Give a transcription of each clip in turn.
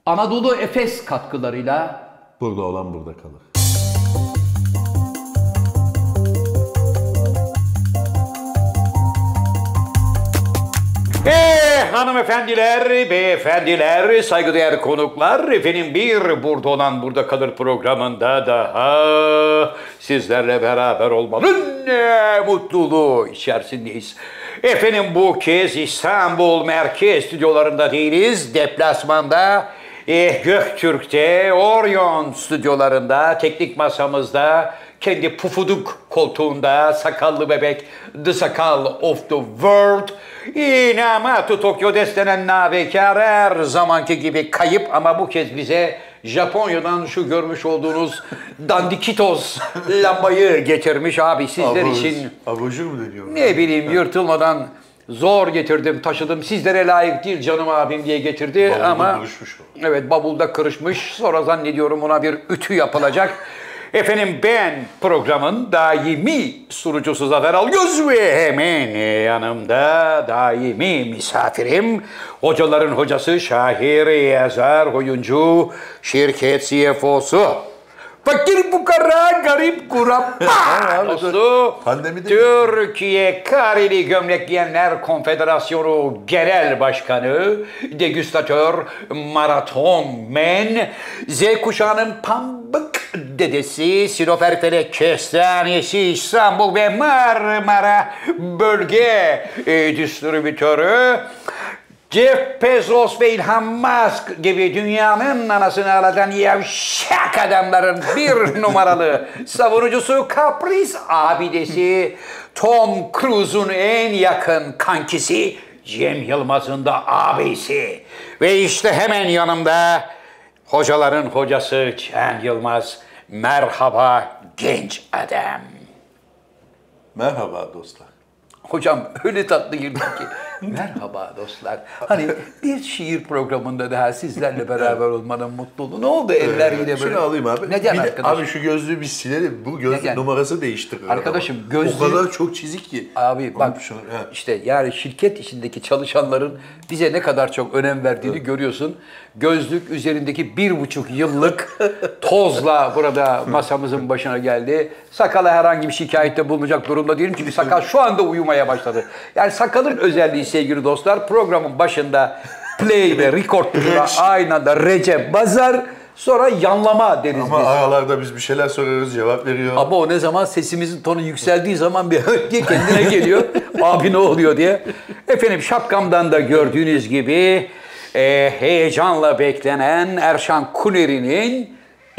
Anadolu Efes katkılarıyla Burada olan burada kalır. Hanımefendiler, beyefendiler, saygıdeğer konuklar, efendim bir Burada Olan Burada Kalır programında daha sizlerle beraber olmanın mutluluğu içerisindeyiz. Efendim bu kez İstanbul Merkez stüdyolarında değiliz, deplasmanda Göktürk'te, Orion stüdyolarında, teknik masamızda, kendi pufuduk koltuğunda, sakallı bebek, the sakal of the world, Inamatu Tokyo destenen nabekar her zamanki gibi kayıp ama bu kez bize Japonya'dan şu görmüş olduğunuz dandikitos lambayı getirmiş abi sizler için. Abajur mu deniyor? Ne bileyim yırtılmadan zor getirdim, taşıdım. Sizlere layık değil canım abim diye getirdi Bavulda ama kırışmış o. evet bavulda kırışmış. Sonra zannediyorum ona bir ütü yapılacak. Efendim ben programın daimi sunucusu Zafer Algöz ve hemen yanımda daimi misafirim, hocaların hocası, şair, yazar, oyuncu, şirket CFO'su, fakir fukara, garip kurabba dostu, Türkiye Kareli Gömlek Giyenler Konfederasyonu Genel Başkanı, degüstatör, maraton men, Z kuşağının pambık dedesi, Sinop Erfelek Kestanesi, İstanbul ve Marmara Bölge Distribütörü, Jeff Bezos ve Elon Musk gibi dünyanın anasını ağlatan yavşak adamların bir numaralı savunucusu, kapris abidesi, Tom Cruise'un en yakın kankisi, Cem Yılmaz'ın da abisi. Ve işte hemen yanımda hocaların hocası Cem Yılmaz. Merhaba genç adam. Merhaba dostlar. Hocam öyle tatlı girdik ki. Merhaba dostlar. Hani bir şiir programında daha sizlerle beraber olmanın mutluluğu. Ne oldu eller yine böyle? Şunu alayım abi. Neden bir arkadaşım? Abi şu gözlüğü bir silelim. Bu gözlük Neden? numarası değiştiriyor. Arkadaşım gözlüğü... O kadar çok çizik ki. Abi bak işte yani şirket içindeki çalışanların bize ne kadar çok önem verdiğini görüyorsun. Gözlük üzerindeki 1,5 yıllık tozla burada masamızın başına geldi. Sakala herhangi bir şikayette bulunacak durumda değilim çünkü sakal şu anda uyumaya başladı. Yani sakalın özelliği sevgili dostlar, programın başında play ve record tuşuna aynı anda Recep basar, sonra yanlama deriz Ama biz. aralarda biz bir şeyler soruyoruz, cevap veriyor. Ama o ne zaman sesimizin tonu yükseldiği zaman bir diye kendine geliyor. Abi ne oluyor diye. Efendim şapkamdan da gördüğünüz gibi heyecanla beklenen Erşan Kuneri'nin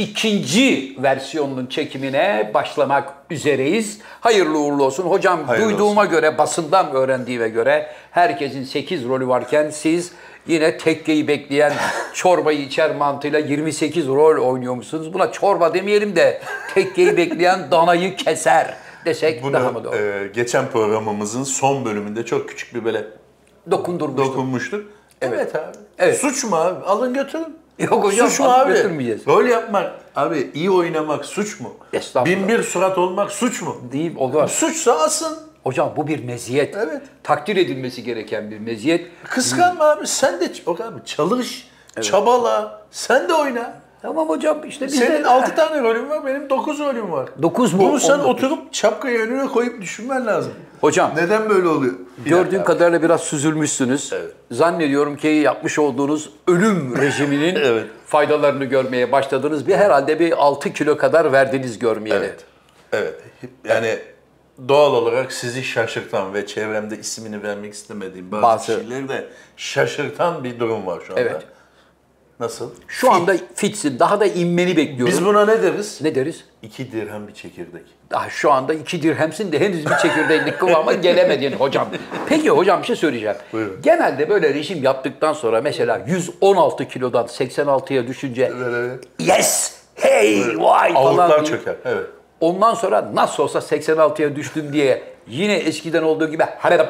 ikinci versiyonunun çekimine başlamak üzereyiz. Hayırlı uğurlu olsun. Hocam Hayırlı duyduğuma olsun. göre, basından öğrendiğime göre herkesin 8 rolü varken siz yine tekkeyi bekleyen çorbayı içer mantığıyla 28 rol oynuyormuşsunuz. Buna çorba demeyelim de tekkeyi bekleyen danayı keser desek Bunu daha mı doğru? geçen programımızın son bölümünde çok küçük bir böyle dokunmuştuk. Evet abi. Evet. Suç mu abi? Alın götürün. Yok hocam, suç mu alıp abi? götürmeyeceğiz. Rol yapmak, abi iyi oynamak suç mu? Estağfurullah. 1001 surat olmak suç mu? Değil, olur. Suçsa asın. Hocam bu bir meziyet. Evet. Takdir edilmesi gereken bir meziyet. Kıskanma abi, sen de çalış, çabala, sen de oyna. Tamam hocam işte biz Senin de... 6 tane rolün var, benim 9 rolüm var. 9 mu? Bunu sen 19. oturup şapkayı önüne koyup düşünmen lazım. Hocam Neden böyle oluyor? gördüğüm kadarıyla biraz süzülmüşsünüz. Evet. Zannediyorum ki yapmış olduğunuz ölüm rejiminin Evet. faydalarını görmeye başladınız. Herhalde bir 6 kilo kadar verdiniz görmeyeli. Evet. Evet. Yani doğal olarak sizi şaşırtan ve çevremde ismini vermek istemediğim bazı kişileri de şaşırtan bir durum var şu anda. Evet. Nasıl? Şu anda fitsin. Daha da inmeni bekliyorum. Biz buna ne deriz? Ne deriz? 2 dirhem bir çekirdek. Daha şu anda 2 dirhemsin de henüz bir çekirdeğinlik kıvama gelemedin hocam. Peki hocam bir şey söyleyeceğim. Buyurun. Genelde böyle rejim yaptıktan sonra mesela 116 kilodan 86'ya düşünce Evet. yes, hey, vay falan Avuklar diye. çöker. Evet. Ondan sonra nasıl olsa 86'ya düştüm diye yine eskiden olduğu gibi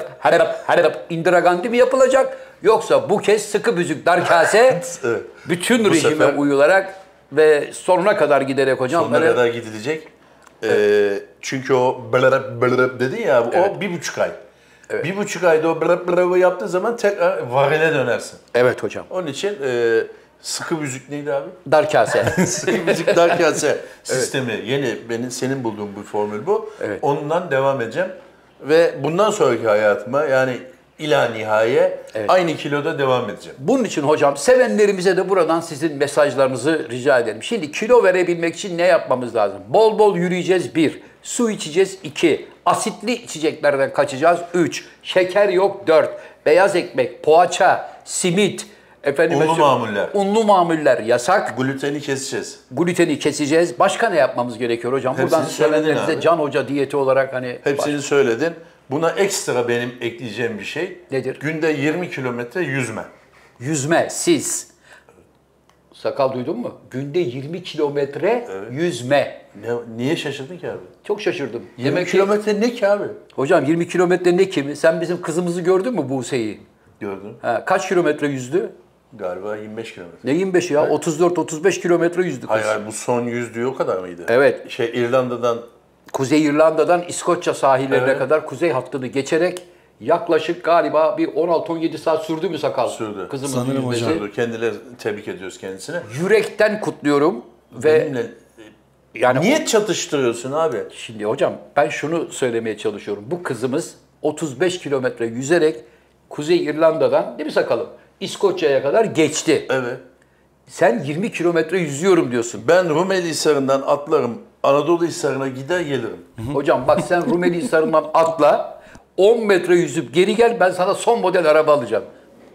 harap Indira Gandhi mi yapılacak? Yoksa bu kez sıkı büzük dar kase Evet. bütün Bu rejime sefer- uyularak ve sonuna kadar giderek hocam. Sonuna kadar gidilecek. Çünkü o blırıp dedin ya, Evet. o 1,5 ay. 1,5 ayda o blırıp yaptığın zaman tekrar varile dönersin. Evet hocam. Onun için Sıkı müzik neydi abi? Dar kase. Sıkı müzik dar kase sistemi. Yeni senin bulduğun bir formül bu. Evet. Ondan devam edeceğim. Ve bundan sonraki hayatıma yani ila nihaye aynı kiloda devam edeceğim. Bunun için hocam sevenlerimize de buradan sizin mesajlarınızı rica ederim. Şimdi kilo verebilmek için ne yapmamız lazım? Bol bol yürüyeceğiz 1, su içeceğiz 2, asitli içeceklerden kaçacağız 3, şeker yok 4, beyaz ekmek, poğaça, simit, unlu mamuller yasak. Gluteni keseceğiz. Gluteni keseceğiz. Başka ne yapmamız gerekiyor hocam? Hepsini Buradan söyledin sevenlerimize abi. Can Hoca diyeti olarak hani... Hepsini söyledin. Buna ekstra benim ekleyeceğim bir şey. Nedir? Günde 20 kilometre yüzme. Yüzme, siz. Sakal duydun mu? Günde 20 kilometre yüzme. Niye şaşırdın ki abi? Çok şaşırdım. 20 Demek ki, kilometre ne ki abi? hocam 20 kilometre ne kimi? Sen bizim kızımızı gördün mü Buse'yi? Gördüm. Kaç kilometre yüzdü? Galiba 25 kilometre. Ne 25 ya? 34-35 kilometre yüzdü kız. Hayır bu son yüzdüğü o kadar mıydı? Evet. İrlanda'dan Kuzey İrlanda'dan İskoçya sahillerine Evet. kadar kuzey hattını geçerek yaklaşık galiba bir 16-17 saat sürdü mü Sakal? Sürdü. Kızımızın Sanırım yüzmesi. hocam. sürdü. Kendileri tebrik ediyoruz kendisine. Yürekten kutluyorum ve Benimle yani niye çatıştırıyorsun abi? şimdi hocam ben şunu söylemeye çalışıyorum. Bu kızımız 35 kilometre yüzerek Kuzey İrlanda'dan değil mi Sakalım? İskoçya'ya kadar geçti. Evet. Sen 20 kilometre yüzüyorum diyorsun. Ben Rumeli Hisarı'ndan atlarım. Anadolu Hisarı'na gider gelirim. Hocam bak sen Rumeli Hisarı'ndan atla 10 metre yüzüp geri gel ben sana son model araba alacağım.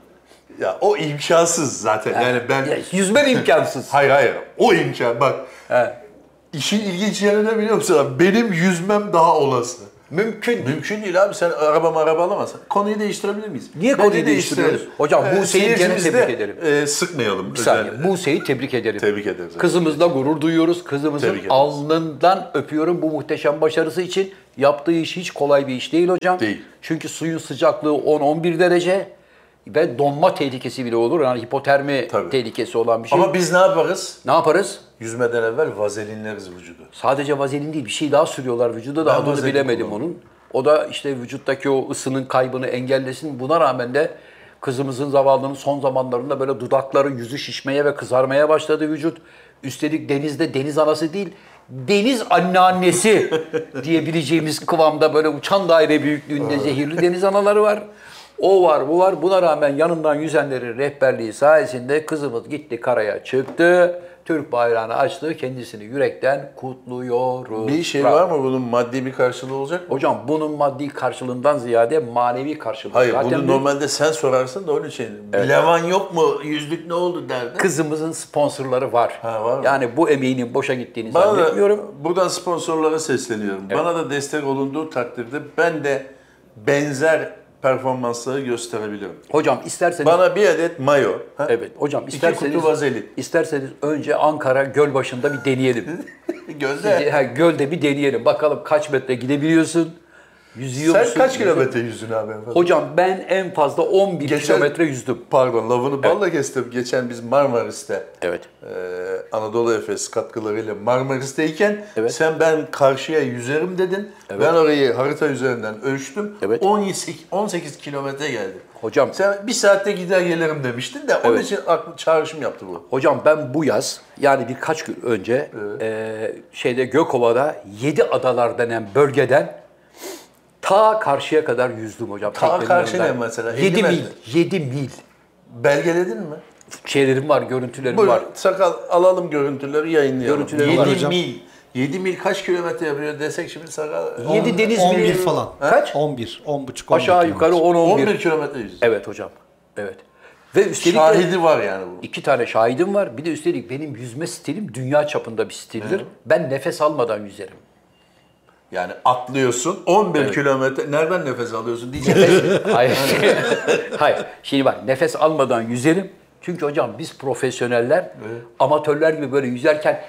Ya o imkansız zaten. Yani ben... Ya, yüzmen imkansız. Hayır. O imkan. Bak. He. İşin ilginç yanı ne biliyor musun abi? Benim yüzmem daha olası. Mümkün. Mümkün değil abi. Sen araba alamazsın. Konuyu değiştirebilir miyiz? Niye Bence konuyu değiştiriyoruz? değiştirelim. Hocam Buse'yi gene Seyircimizi tebrik de, ederim. Sıkmayalım. Bir saniye. özellikle. Buse'yi tebrik ederim. Tebrik ederiz. Kızımızla gurur duyuyoruz. Kızımızın Tebrik ederiz. alnından öpüyorum bu muhteşem başarısı için. Yaptığı iş hiç kolay bir iş değil hocam. Değil. Çünkü suyun sıcaklığı 10-11 derece ve donma tehlikesi bile olur. Yani hipotermi Tabii. tehlikesi olan bir şey. Ama biz ne yaparız? Ne yaparız? Yüzmeden evvel vazelinleriz vücudu. Sadece vazelin değil bir şey daha sürüyorlar vücuda da Ben adını vazelin bilemedim kullanıyorum. onun. O da işte vücuttaki o ısının kaybını engellesin. Buna rağmen de kızımızın zavallının son zamanlarında böyle dudakları, yüzü şişmeye ve kızarmaya başladı vücut. Üstelik denizde deniz anası değil, deniz anneannesi diyebileceğimiz kıvamda böyle uçan daire büyüklüğünde zehirli deniz anaları var. O var, bu var. Buna rağmen yanından yüzenlerin rehberliği sayesinde kızımız gitti karaya çıktı. Türk bayrağını açtı. Kendisini yürekten kutluyoruz. Bir şey Bravo. var mı bunun maddi bir karşılığı olacak mı? Hocam bunun maddi karşılığından ziyade manevi karşılığı. Hayır Zaten bunu bir normalde sen sorarsın da onun için. Bilevan yok mu? Yüzlük ne oldu derdi. kızımızın sponsorları var. Ha, var mı? Yani bu emeğinin boşa gittiğini Bana zannetmiyorum. da buradan sponsorlara sesleniyorum. Bana da destek olunduğu takdirde ben de benzer performansları gösterebilirim. Hocam isterseniz Bana bir adet mayo, ha? evet hocam İki isterseniz kutu vazelin. isterseniz önce Ankara Gölbaşı'nda bir deneyelim. Gözde. Ha, gölde bir deneyelim. Bakalım kaç metre gidebiliyorsun? Yüzüyor Sen musun? kaç kilometre yüzdün abi? Hocam ben en fazla 11 kilometre yüzdüm. Pardon lafını balla kestim. Geçen biz Marmaris'te Evet. Anadolu Efes katkılarıyla Marmaris'teyken Evet. ben karşıya yüzerim dedin. Ben orayı harita üzerinden ölçtüm. Evet. 18 kilometre geldi. Hocam Sen bir saatte gider gelirim demiştin de onun Evet. için aklım çağrışım yaptı bu. hocam ben bu yaz yani birkaç gün önce Gökova'da 7 adalar denen bölgeden ta karşıya kadar yüzdüm hocam. Ta Teknenin karşı yanından. ne mesela? 50 7 mil. metre. 7 mil. Belgeledin mi? Şeylerim var, görüntülerim Buyurun var. sakal alalım görüntüleri yayınlayalım. Görüntüleri 7 var hocam. mil. 7 mil kaç kilometre yapıyor desek şimdi sakal. 7 deniz 11 mili. falan. Kaç? 11, 10,5, 11 Aşağı yukarı 10-11. 11 kilometre yüzdü. Evet hocam. Evet. Ve üstelik de Şahidi var yani bu. 2 tane şahidim var. Bir de üstelik benim yüzme stilim dünya çapında bir stildir. Ben nefes almadan yüzerim. Yani atlıyorsun 11 kilometre. Nereden nefes alıyorsun diyeceğim. Hayır. Hayır. Şimdi bak nefes almadan yüzerim. Çünkü hocam biz profesyoneller amatörler gibi böyle yüzerken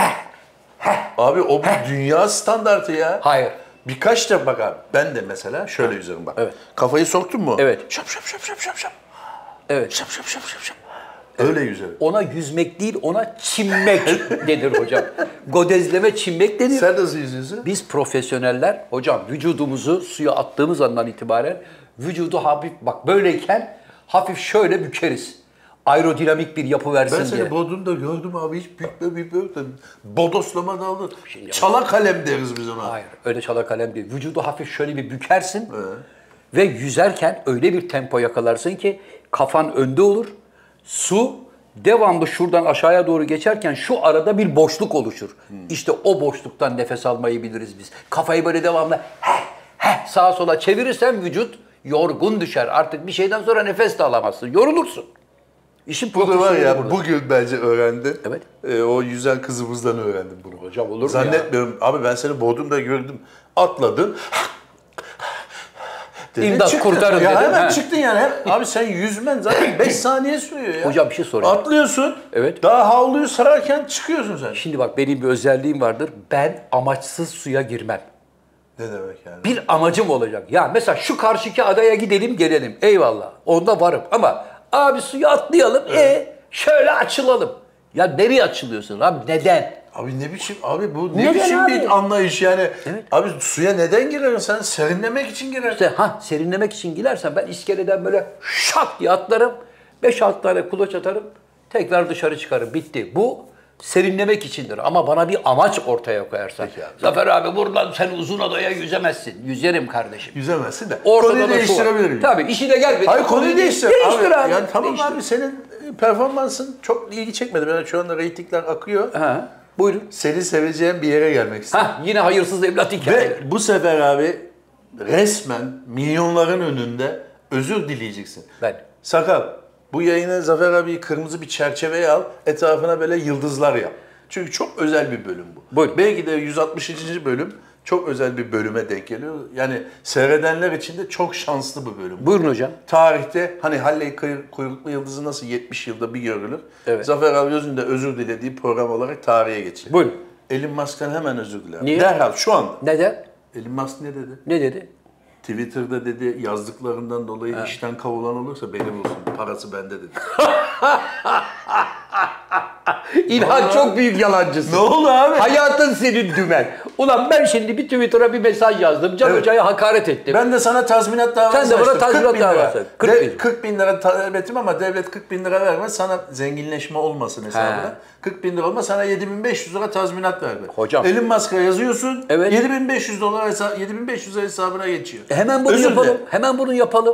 Abi o bir dünya standartı ya. hayır. Birkaç da bak abi. Ben de mesela şöyle yüzerim bak. Evet. Kafayı soktun mu? Evet. Şap şap şap şap şap şap. Evet. Şap şap şap şap şap. Öyle yüzerim. Ona yüzmek değil, ona çimmek denir hocam. Godezleme çimmek denir. Sen nasıl yüzüyorsun? Biz profesyoneller hocam vücudumuzu suya attığımız andan itibaren vücudu hafif bak böyleyken hafif şöyle bükeriz. aerodinamik bir yapı versin Ben diye. seni Bodrum'da gördüm abi, hiç bükme. Bodoslama daldın. Çala kalem deriz biz ona. Hayır, öyle çala kalem değil. Vücudu hafif şöyle bir bükersin ve yüzerken öyle bir tempo yakalarsın ki kafan önde olur. Su devamlı şuradan aşağıya doğru geçerken şu arada bir boşluk oluşur. İşte o boşluktan nefes almayı biliriz biz. Kafayı böyle devamlı sağa sola çevirirsen vücut yorgun düşer. Artık bir şeyden sonra nefes de alamazsın. Yorulursun. İşin Bu da var profesyoneli ya, burada. bugün bence öğrendi. Evet. O yüzen kızımızdan öğrendim bunu. Hocam olur mu Zannetmiyorum. Abi ben seni Bodrum'da gördüm. Atladın. İmdat, çıktın. kurtarın ya dedim. Hemen He. çıktın yani. Abi sen yüzmen zaten 5 saniye sürüyor ya. Hocam bir şey sorayım. Atlıyorsun. Evet. Daha havluyu sararken çıkıyorsun sen. Şimdi bak benim bir özelliğim vardır. Ben amaçsız suya girmem. Ne demek yani? Bir amacım olacak. Ya mesela şu karşıki adaya gidelim gelelim. Eyvallah. Onda varım. Ama abi suya atlayalım. Şöyle açılalım. Ya nereye açılıyorsun abi? Neden? Abi ne biçim abi bu ne Neden biçim abi? bir anlayış yani? Evet. Abi suya neden girersin sen? Serinlemek için girersin. İşte serinlemek için girersen ben iskeleden böyle şak diye atlarım. 5-6 tane kulaç atarım. Tekrar dışarı çıkarım. Bitti. Bu serinlemek içindir. Ama bana bir amaç ortaya koyarsan. Zafer abi buradan sen uzun adaya yüzemezsin. Yüzerim kardeşim. Yüzemezsin de. Ortada Konuyu da şu var. değiştirebilir miyim? Tabii işine gelmedi. Hayır konuyu değiştir. Değiştir abi. Yani tamam Değiştir. abi senin performansın çok ilgi çekmedi. Ben şu anda reytingler akıyor. Ha, buyurun. Seni seveceğim bir yere gelmek istedim. Yine hayırsız evlat hikayeleri. Ve bu sefer abi resmen milyonların önünde özür dileyeceksin. Ben. Sakal, bu yayına Zafer abi kırmızı bir çerçeveye al, etrafına böyle yıldızlar yap. Çünkü çok özel bir bölüm bu. Buyurun. Belki de 160. bölüm çok özel bir bölüme denk geliyor. Yani seyredenler için de çok şanslı bir bölüm. Buyurun hocam. Tarihte hani Halley kuyruklu yıldızı nasıl 70 yılda bir görülür? Evet. Zafer Algöz'ün de özür dilediği program olarak tarihe geçiyor. Buyurun. Elon Musk'tan hemen özür dilerim. Niye? Derhal şu anda. Neden? Elon Musk ne dedi? Ne dedi? Twitter'da dedi yazdıklarından dolayı işten kovulan olursa benim olsun. Parası bende dedi. İlhan çok büyük yalancısın. Ne oldu abi? Hayatın senin dümen. Ulan ben şimdi bir Twitter'a bir mesaj yazdım. Can Hoca'ya hakaret ettim. Ben de sana tazminat davası Sen de bana açtım. tazminat 40 bin lira. davası. 40 bin. 40 bin lira talep ettim ama devlet 40 bin lira vermez. Sana zenginleşme olmasın hesabına. 40 bin lira olma sana 7500 lira tazminat verdi. Hocam. Elon Musk'a yazıyorsun. Evet. 7500 dolar 7500 lira hesabına geçiyor. Hemen bunu Özür yapalım. dile. Hemen bunu yapalım.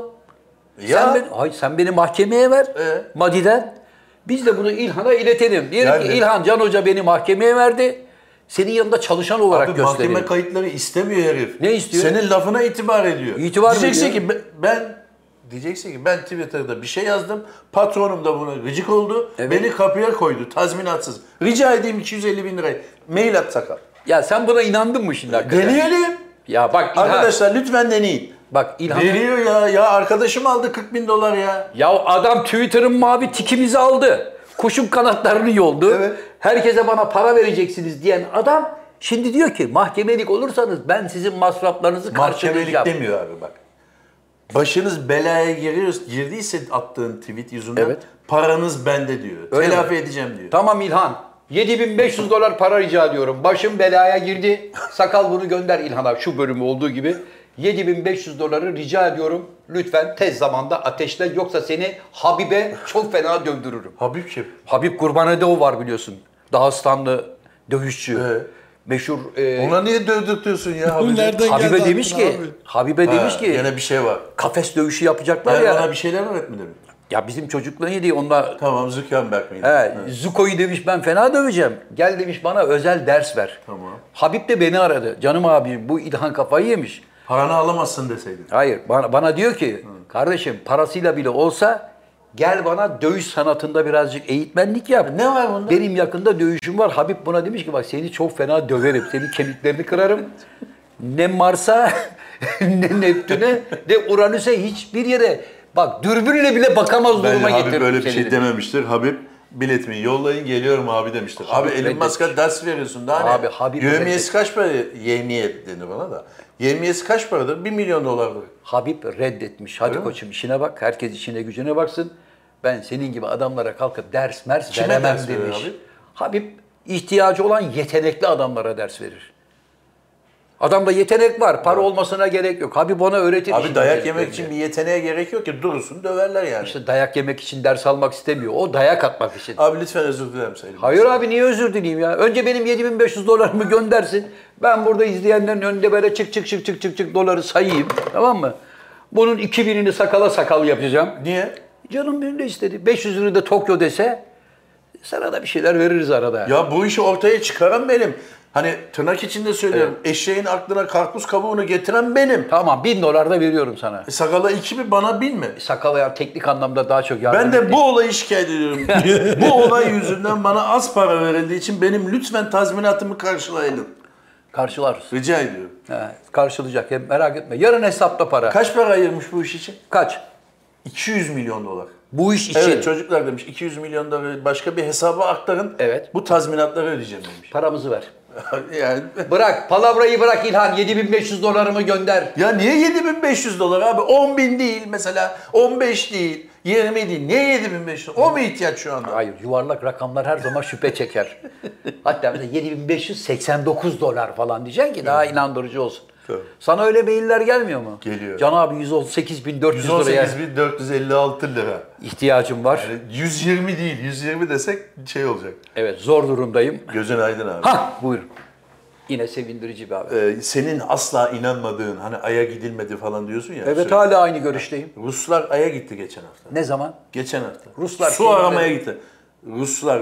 Ya. Sen beni mahkemeye ver. Madiden. Biz de bunu İlhan'a iletelim. Diyelim Yani. ki İlhan Can Hoca beni mahkemeye verdi. Senin yanında çalışan olarak Abi gösterelim. mahkeme kayıtları istemiyor herif. Ne istiyor? Senin lafına itibar ediyor. İtibar mı diyeceksin ediyor? ki diyeceksin ki ben Twitter'da bir şey yazdım. Patronum da buna gıcık oldu. Evet. Beni kapıya koydu tazminatsız. Rica edeyim 250 bin lirayı. Mail at Sakal. Ya sen buna inandın mı şimdi hakikaten? Deneyelim. Ya bak İlhan. Arkadaşlar lütfen deneyin. Bak İlhan. Veriyor ya. Ya arkadaşım aldı 40 bin dolar ya. Ya adam Twitter'ın mavi tikimizi aldı. Kuşun kanatlarını yoldu. Evet. Herkese bana para vereceksiniz diyen adam şimdi diyor ki mahkemelik olursanız ben sizin masraflarınızı Mahkemelik karşılayacağım. demiyor abi bak. Başınız belaya girdiyse attığın tweet yüzünden Evet. paranız bende diyor. Öyle Telafi mi? edeceğim diyor. Tamam İlhan. 7500 dolar para rica ediyorum. Başım belaya girdi. Sakal bunu gönder İlhan'a şu bölümü olduğu gibi. 7500 doları rica ediyorum. Lütfen tez zamanda ateşle yoksa seni Habib'e çok fena dövdürürüm. Habib kim? Habib Kurbanedov var biliyorsun. Dağıstanlı dövüşçü. Evet. Meşhur Ona niye dövdürtüyorsun ya Habib'i? Nereden Habibe geldi demiş aklına ki, abi? Habibe demiş ki Gene bir şey var. kafes dövüşü yapacaklar Ben ya. bana bir şeyler öğretmedi mi? Ya bizim çocukluğun yedi onlar. Tamam Zuckerberg miydi? Zuko'yu demiş ben fena döveceğim. Gel demiş bana özel ders ver. Tamam. Habib de beni aradı. Canım abim bu İlhan kafayı yemiş. Paranı alamazsın deseydin. Hayır bana diyor ki kardeşim parasıyla bile olsa gel bana dövüş sanatında birazcık eğitmenlik yap. Ne var bunda? Benim yakında dövüşüm var. Habib buna demiş ki bak seni çok fena döverim. Senin kemiklerini kırarım. Ne Mars'a ne Neptün'e ne Uranüs'e hiçbir yere bak dürbünle bile bakamaz Bence duruma Habib getiririm böyle bir seni şey dedi. dememiştir. Habib biletimi yollayın geliyorum abi demiştir. Abi Elon reddetmiş. Musk'a ders veriyorsun daha Abi, ne? Habib Yevmiyesi reddetmiş. kaç para? Yevmiye denir bana da. Yevmiyesi kaç paradır? 1 milyon dolardır. Habib reddetmiş. Hadi Öyle mi? koçum işine bak. Herkes işine gücüne baksın. Ben senin gibi adamlara kalkıp ders mers Kime veremem ders veriyor demiş. Habib? Habib ihtiyacı olan yetenekli adamlara ders verir. Adamda yetenek var. Para olmasına gerek yok. Abi bana öğretir. Abi işin dayak inceliklerini. yemek için bir yeteneğe gerek yok ki. Durursun döverler yani. İşte dayak yemek için ders almak istemiyor. O dayak atmak için. Abi lütfen özür dilerim Sayın. Hayır abi niye özür dileyim ya? Önce benim 7.500 dolarımı göndersin. Ben burada izleyenlerin önünde böyle çık doları sayayım. Tamam mı? Bunun 2.000'ini sakala sakal yapacağım. Niye? Canım benim de istedi. 500 lira da Tokyo dese sana da bir şeyler veririz arada. Ya bu işi ortaya çıkaran benim. Hani tırnak içinde söylüyorum. Eşeğin aklına karpuz kabuğunu getiren benim. Tamam 1.000 dolar da veriyorum sana. Sakala 2.000 bana 1.000 mi? Sakala ya teknik anlamda daha çok yardım Ben de etti. bu olayı şikayet ediyorum. Bu olay yüzünden bana az para verildiği için benim lütfen tazminatımı karşılayın. Karşılarız. Rica ediyorum. He, karşılayacak. Merak etme. Yarın hesapta para. Kaç para ayırmış bu iş için? Kaç? 200 milyon dolar. Bu iş için. Evet çocuklar demiş 200 milyon doları başka bir hesaba aktarın. Evet. Bu tazminatları ödeyeceğim demiş. Paramızı ver. Yani Bırak. Palavrayı bırak İlhan. 7.500 dolarımı gönder. ya niye 7.500 dolar abi? 10.000 değil mesela. 15 değil. 20 değil. Niye 7.500? O mu ihtiyaç şu anda? Hayır. Yuvarlak rakamlar her zaman şüphe çeker. Hatta mesela 7.589 dolar falan diyeceksin ki daha inandırıcı olsun. Tabii. Sana öyle mailler gelmiyor mu? Geliyor. Can abi 118.400 liraya 118.456 lira. ihtiyacım var. Yani 120 değil. 120 desek şey olacak. Evet zor durumdayım. Gözün aydın abi. Hah buyurun. Yine sevindirici bir haber. Senin asla inanmadığın hani Ay'a gidilmedi falan diyorsun ya. Evet sürekli. hala aynı görüşteyim. Ruslar Ay'a gitti geçen hafta. Ne zaman? Geçen hafta. Ruslar su kendileri- aramaya gitti. Ruslar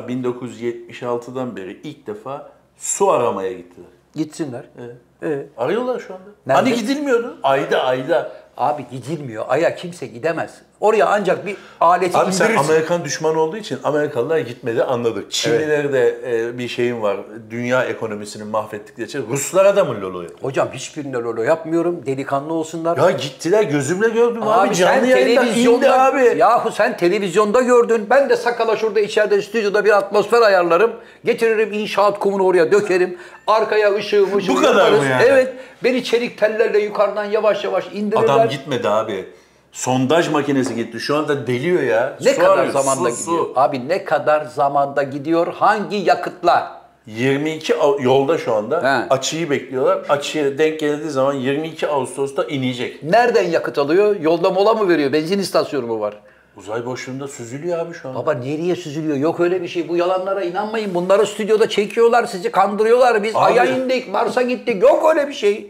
1976'dan beri ilk defa su aramaya gittiler. Gitsinler. Arıyorlar şu anda. Nerede? Hani gidilmiyordu? Ayda. Abi gidilmiyor. Ay'a kimse gidemez. Oraya ancak bir aleti Abi sen indirirsin. Amerikan düşmanı olduğu için Amerikalılar gitmedi anladık. Çinliler de bir şeyin var. Dünya ekonomisini mahvettikleri için. Ruslara da mı lolo yapıyor? Hocam hiçbirine lolo yapmıyorum. Delikanlı olsunlar. Ya gittiler gözümle gördüm abi. Canlı sen yayında indi televizyonda abi. Yahu sen televizyonda gördün. Ben de sakala şurada içeride stüdyoda bir atmosfer ayarlarım. Getiririm inşaat kumunu oraya dökerim. Arkaya ışığı Bu kadar mı yani? Evet. Beni çelik tellerle yukarıdan yavaş yavaş indirirler. Adam gitmedi abi. Sondaj makinesi gitti. Şu anda deliyor ya. Ne Su kadar arıyor, zamanda su. gidiyor? Abi ne kadar zamanda gidiyor? Hangi yakıtla? 22 yolda şu anda. He. Açıyı bekliyorlar. Açıya denk geldiği zaman 22 Ağustos'ta inecek. Nereden yakıt alıyor? Yolda mola mı veriyor? Benzin istasyonu mu var? Uzay boşluğunda süzülüyor abi şu anda. Baba nereye süzülüyor? Yok öyle bir şey. Bu yalanlara inanmayın. Bunları stüdyoda çekiyorlar. Sizi kandırıyorlar. Biz Abi. Ay'a indik, Mars'a gittik. Yok öyle bir şey.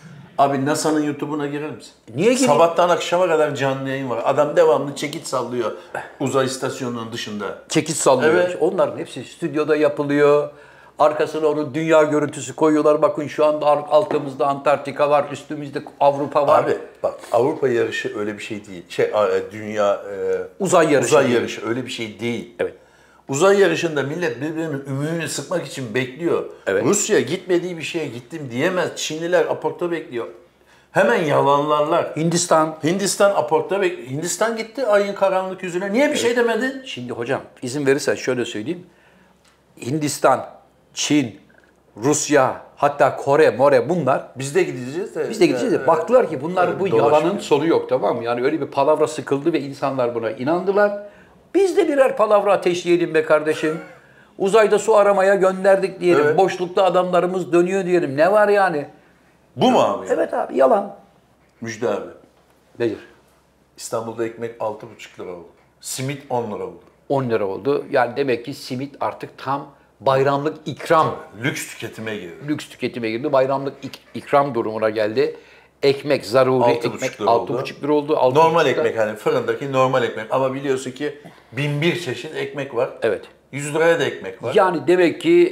Abi NASA'nın YouTube'una girer misin? Niye gireyim? Sabahtan akşama kadar canlı yayın var. Adam devamlı çekiç sallıyor uzay istasyonunun dışında. Çekiç sallıyor. Evet. Onların hepsi stüdyoda yapılıyor. Arkasına onun dünya görüntüsü koyuyorlar. Bakın şu anda altımızda Antarktika var, üstümüzde Avrupa var. Abi bak Avrupa yarışı öyle bir şey değil. Dünya Uzay yarışı uzay değil. yarışı öyle bir şey değil. Evet. Uzay yarışında millet birbirinin ümüğünü sıkmak için bekliyor. Evet. Rusya gitmediği bir şeye gittim diyemez. Çinliler aportta bekliyor. Hemen yalanlarlar. Hindistan aportta bekliyor. Hindistan gitti ayın karanlık yüzüne. Niye bir şey demedin? Şimdi hocam izin verirsen şöyle söyleyeyim. Hindistan, Çin, Rusya, hatta Kore, More bunlar Biz de gideceğiz de. biz de gideceğiz de baktılar ki bunlar bu dolaşıyor. yalanın sonu yok, tamam mı? Yani öyle bir palavra sıkıldı ve insanlar buna inandılar. Biz de birer palavra ateşleyelim be kardeşim. Uzayda su aramaya gönderdik diyelim. Evet. Boşlukta adamlarımız dönüyor diyelim. Ne var yani? Bu mu abi? Evet abi yalan. Müjde abi. Nedir? İstanbul'da ekmek 6,5 lira oldu. Simit 10 lira oldu. 10 lira oldu. Yani demek ki simit artık tam bayramlık ikram. Lüks tüketime girdi. Lüks tüketime girdi. Bayramlık ikram durumuna geldi. Ekmek zaruri 6,5 ekmek lira oldu. 6,5 lira oldu. 6,5 Normal lira. ekmek hani fırındaki normal ekmek. Ama biliyorsun ki 1001 çeşit ekmek var. Evet. 100 liraya da ekmek var. Yani demek ki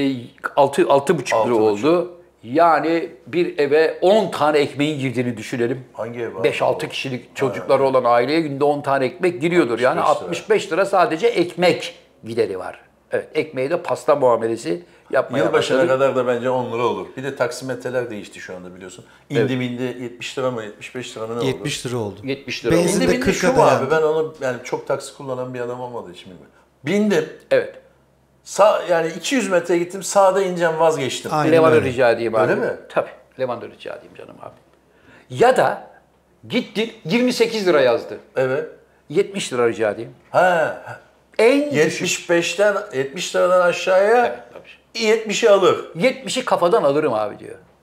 6,5 lira 6,5. oldu. Yani bir eve 10 tane ekmeğin girdiğini düşünelim. Hangi ev abi? 5-6 kişilik çocukları olan aileye günde 10 tane ekmek giriyordur. Yani 65 lira. 65 lira sadece ekmek gideri var. Evet, ekmeği de pasta muamelesi yapmaya Yılbaşına başladık. kadar da bence 10 lira olur. Bir de taksimetreler değişti şu anda biliyorsun. İndi bindi 70 lira mı 75 lira mı ne oldu? 70 lira oldu. 70 lira Benzin oldu. İndi de bindi şu 40'a mu abi? dayandı. Ben onu yani çok taksi kullanan bir adam olmadığı için bilmiyorum. Bindim. Evet. Yani 200 metre gittim sağda ineceğim vazgeçtim. Aynen Levan'ı öyle. rica edeyim abi. Öyle mi? Tabii. Levan'ı rica edeyim canım abi. Ya da gitti 28 lira yazdı. Evet. 70 lira rica edeyim. Ha. En düşük. 70 liradan aşağıya Evet, tabii. 70'i alır. 70'i kafadan alırım abi diyor.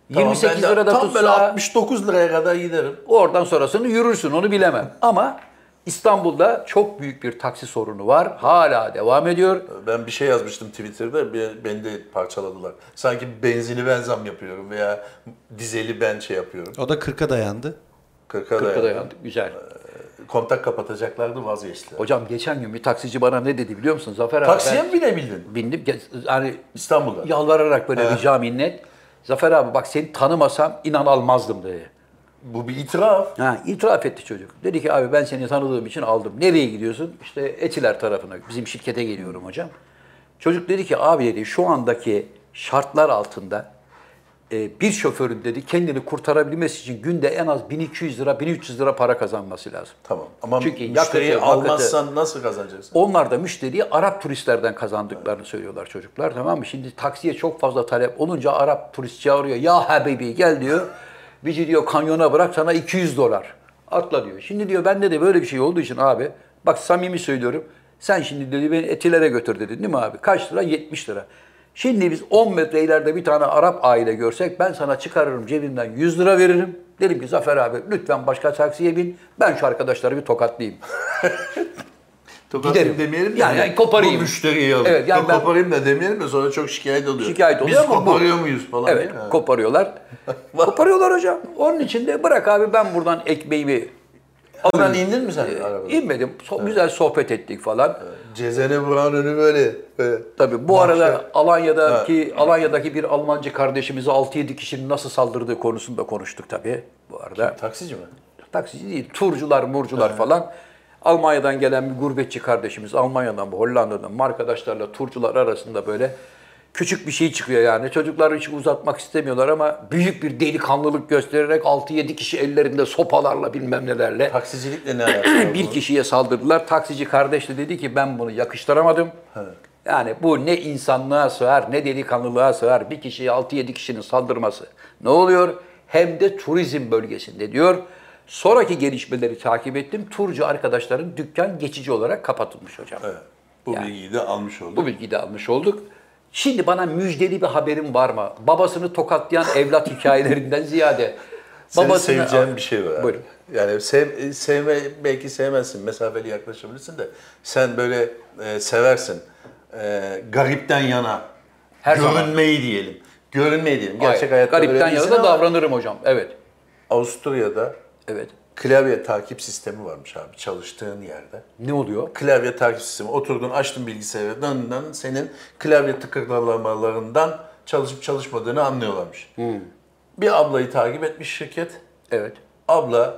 28 ben de lirada tam tutsa böyle 69 liraya kadar giderim. oradan sonrasını yürürsün, onu bilemem. Ama İstanbul'da çok büyük bir taksi sorunu var. Hala devam ediyor. Ben bir şey yazmıştım Twitter'da, beni de parçaladılar. Sanki benzini ben zam yapıyorum veya dizeli ben şey yapıyorum. O da 40'a dayandı. 40'a 40'a dayandı. Güzel. Kontak kapatacaklardı, vazgeçtiler. Hocam geçen gün bir taksici bana ne dedi biliyor musun? Zafer abi, Taksiye mi binebildin? bindim. Yani İstanbul'da. yalvararak böyle rica minnet. Zafer abi bak seni tanımasam inan almazdım dedi. Bu bir itiraf. Ha, itiraf etti çocuk. Dedi ki abi ben seni tanıdığım için aldım. Nereye gidiyorsun? İşte Etiler tarafına. Bizim şirkete geliyorum hocam. Çocuk dedi ki abi dedi şu andaki şartlar altında bir şoförün dedi kendini kurtarabilmesi için günde en az 1200 lira, 1300 lira para kazanması lazım. Tamam. Ama Çünkü müşteriyi yakıtı, almazsan nasıl kazanacaksın? Onlar da müşteriyi Arap turistlerden kazandıklarını söylüyorlar çocuklar, tamam mı? Şimdi taksiye çok fazla talep olunca Arap turist çağırıyor. Ya habibi gel diyor. Bizi diyor kanyona bırak sana 200 dolar. Atla diyor. Şimdi diyor bende de böyle bir şey olduğu için abi bak samimi söylüyorum. Sen şimdi dedi beni Etiler'e götür dedin değil mi abi? Kaç lira? 70 lira. Şimdi biz 10 metre ileride bir tane Arap aile görsek ben sana çıkarırım cebimden 100 lira veririm. Derim ki Zafer abi lütfen başka taksiye bin. Ben şu arkadaşları bir tokatlayayım. Tokatlayayım Giderim. demeyelim de. Yani koparayım. Bu müşteriyi alıp. Evet, yani ben- koparayım da demeyelim de sonra çok şikayet oluyor. Şikayet oluyor Biz ama bu- koparıyor muyuz falan Evet, diye. koparıyorlar. Koparıyorlar hocam. Onun için de bırak abi ben buradan ekmeğimi Oradan indin mi sen arabadan? İnmedim. Güzel sohbet ettik falan. Cezene vuran önü böyle. Tabii bu Mahşer. arada Alanya'daki bir Almancı kardeşimize 6-7 kişinin nasıl saldırdığı konusunda konuştuk tabii bu arada. Taksici mi? Taksici değil, turcular falan. Almanya'dan gelen bir gurbetçi kardeşimiz, Almanya'dan, Hollanda'dan arkadaşlarla turcular arasında böyle küçük bir şey çıkıyor yani. Çocuklar hiç uzatmak istemiyorlar ama büyük bir delikanlılık göstererek 6-7 kişi ellerinde sopalarla bilmem nelerle Taksicilikle ne alakası var? bir kişiye saldırdılar. Taksici kardeş de dedi ki ben bunu yakıştıramadım. Yani bu ne insanlığa sığar ne delikanlılığa sığar. Bir kişiye 6-7 kişinin saldırması. Ne oluyor? Hem de turizm bölgesinde diyor. Sonraki gelişmeleri takip ettim. Turcu arkadaşların dükkan geçici olarak kapatılmış hocam. Evet. Bu Yani. bilgiyi de almış olduk. Bu bilgiyi de almış olduk. Şimdi bana müjdeli bir haberim var mı? Babasını tokatlayan evlat hikayelerinden ziyade. Senin seveceğin bir şey var. Buyurun. Yani belki sevmezsin, mesafeli yaklaşabilirsin de sen böyle seversin. Garipten yana, Her görünmeyi diyelim. Görünmeyi diyelim. Gerçek hayatta garipten öyle yana değilsin da ama davranırım hocam. Evet. Avusturya'da Evet. klavye takip sistemi varmış abi çalıştığın yerde. Ne oluyor? Klavye takip sistemi. Oturdun, açtın bilgisayarı, senin klavye tıkırlamalarından çalışıp çalışmadığını anlıyorlarmış. Bir ablayı takip etmiş şirket. Evet. Abla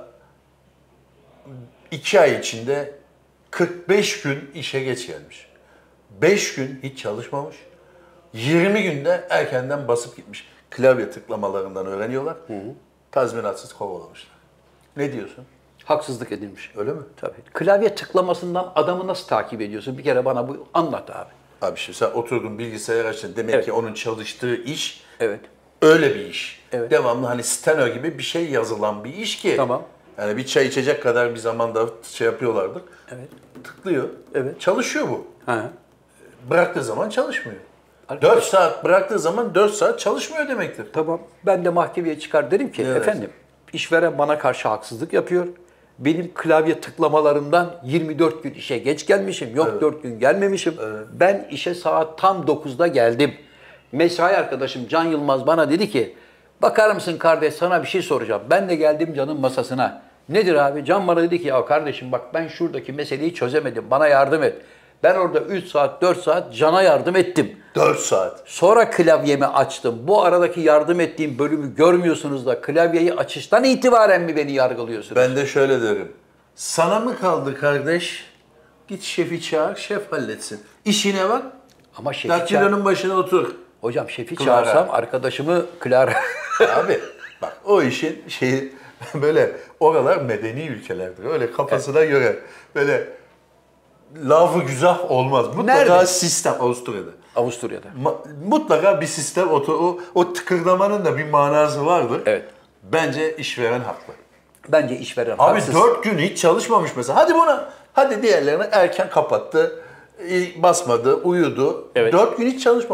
2 ay içinde 45 gün işe geç gelmiş. 5 gün hiç çalışmamış. 20 günde erkenden basıp gitmiş. Klavye tıklamalarından öğreniyorlar. Tazminatsız kovalamışlar. Ne diyorsun? Haksızlık edilmiş. Öyle mi? Tabii. Klavye tıklamasından adamı nasıl takip ediyorsun? Bir kere bana bu anlat abi. Abi şimdi sen oturdun bilgisayar açtın. Demek Evet. ki onun çalıştığı iş Evet. öyle bir iş. Evet. Devamlı hani steno gibi bir şey yazılan bir iş ki. Tamam. Yani bir çay içecek kadar bir zamanda şey yapıyorlardır. Evet. Tıklıyor. Evet. Çalışıyor bu. Ha. Bıraktığı zaman çalışmıyor. Arkadaş- 4 saat bıraktığı zaman 4 saat çalışmıyor demektir. Tamam. Ben de mahkemeye çıkar derim ki Evet. efendim işveren bana karşı haksızlık yapıyor. Benim klavye tıklamalarından 24 gün işe geç gelmişim. Yok 4 gün gelmemişim. Ben işe saat tam 9'da geldim. Mesai arkadaşım Can Yılmaz bana dedi ki bakar mısın kardeş sana bir şey soracağım. Ben de geldim Can'ın masasına. Nedir abi? Can bana dedi ki ya kardeşim bak ben şuradaki meseleyi çözemedim. Bana yardım et. Ben orada 3 saat 4 saat Can'a yardım ettim. 4 saat. Sonra klavyemi açtım. Bu aradaki yardım ettiğim bölümü görmüyorsunuz da klavyeyi açıştan itibaren mi beni yargılıyorsunuz? Ben de şöyle derim. Sana mı kaldı kardeş? Git şefi çağır, şef halletsin. İşine bak. Ama şefi Daktilonun başına otur. Hocam şefi Clara. çağırsam arkadaşımı Clara. Abi bak o işin şeyi böyle oralar medeni ülkelerdir. Öyle kafasına göre böyle lafı güzel olmaz. Mutlaka Nerede? sistem Avusturya'da. Avusturya'da. Mutlaka bir sistem o tıkırdamanın da bir manası vardır. Evet. Bence işveren haklı. Bence işveren Abi haksız. 4 gün hiç çalışmamış mesela. Hadi diğerlerini erken kapattı. Basmadı, uyudu. Evet. 4 gün hiç çalışmamış.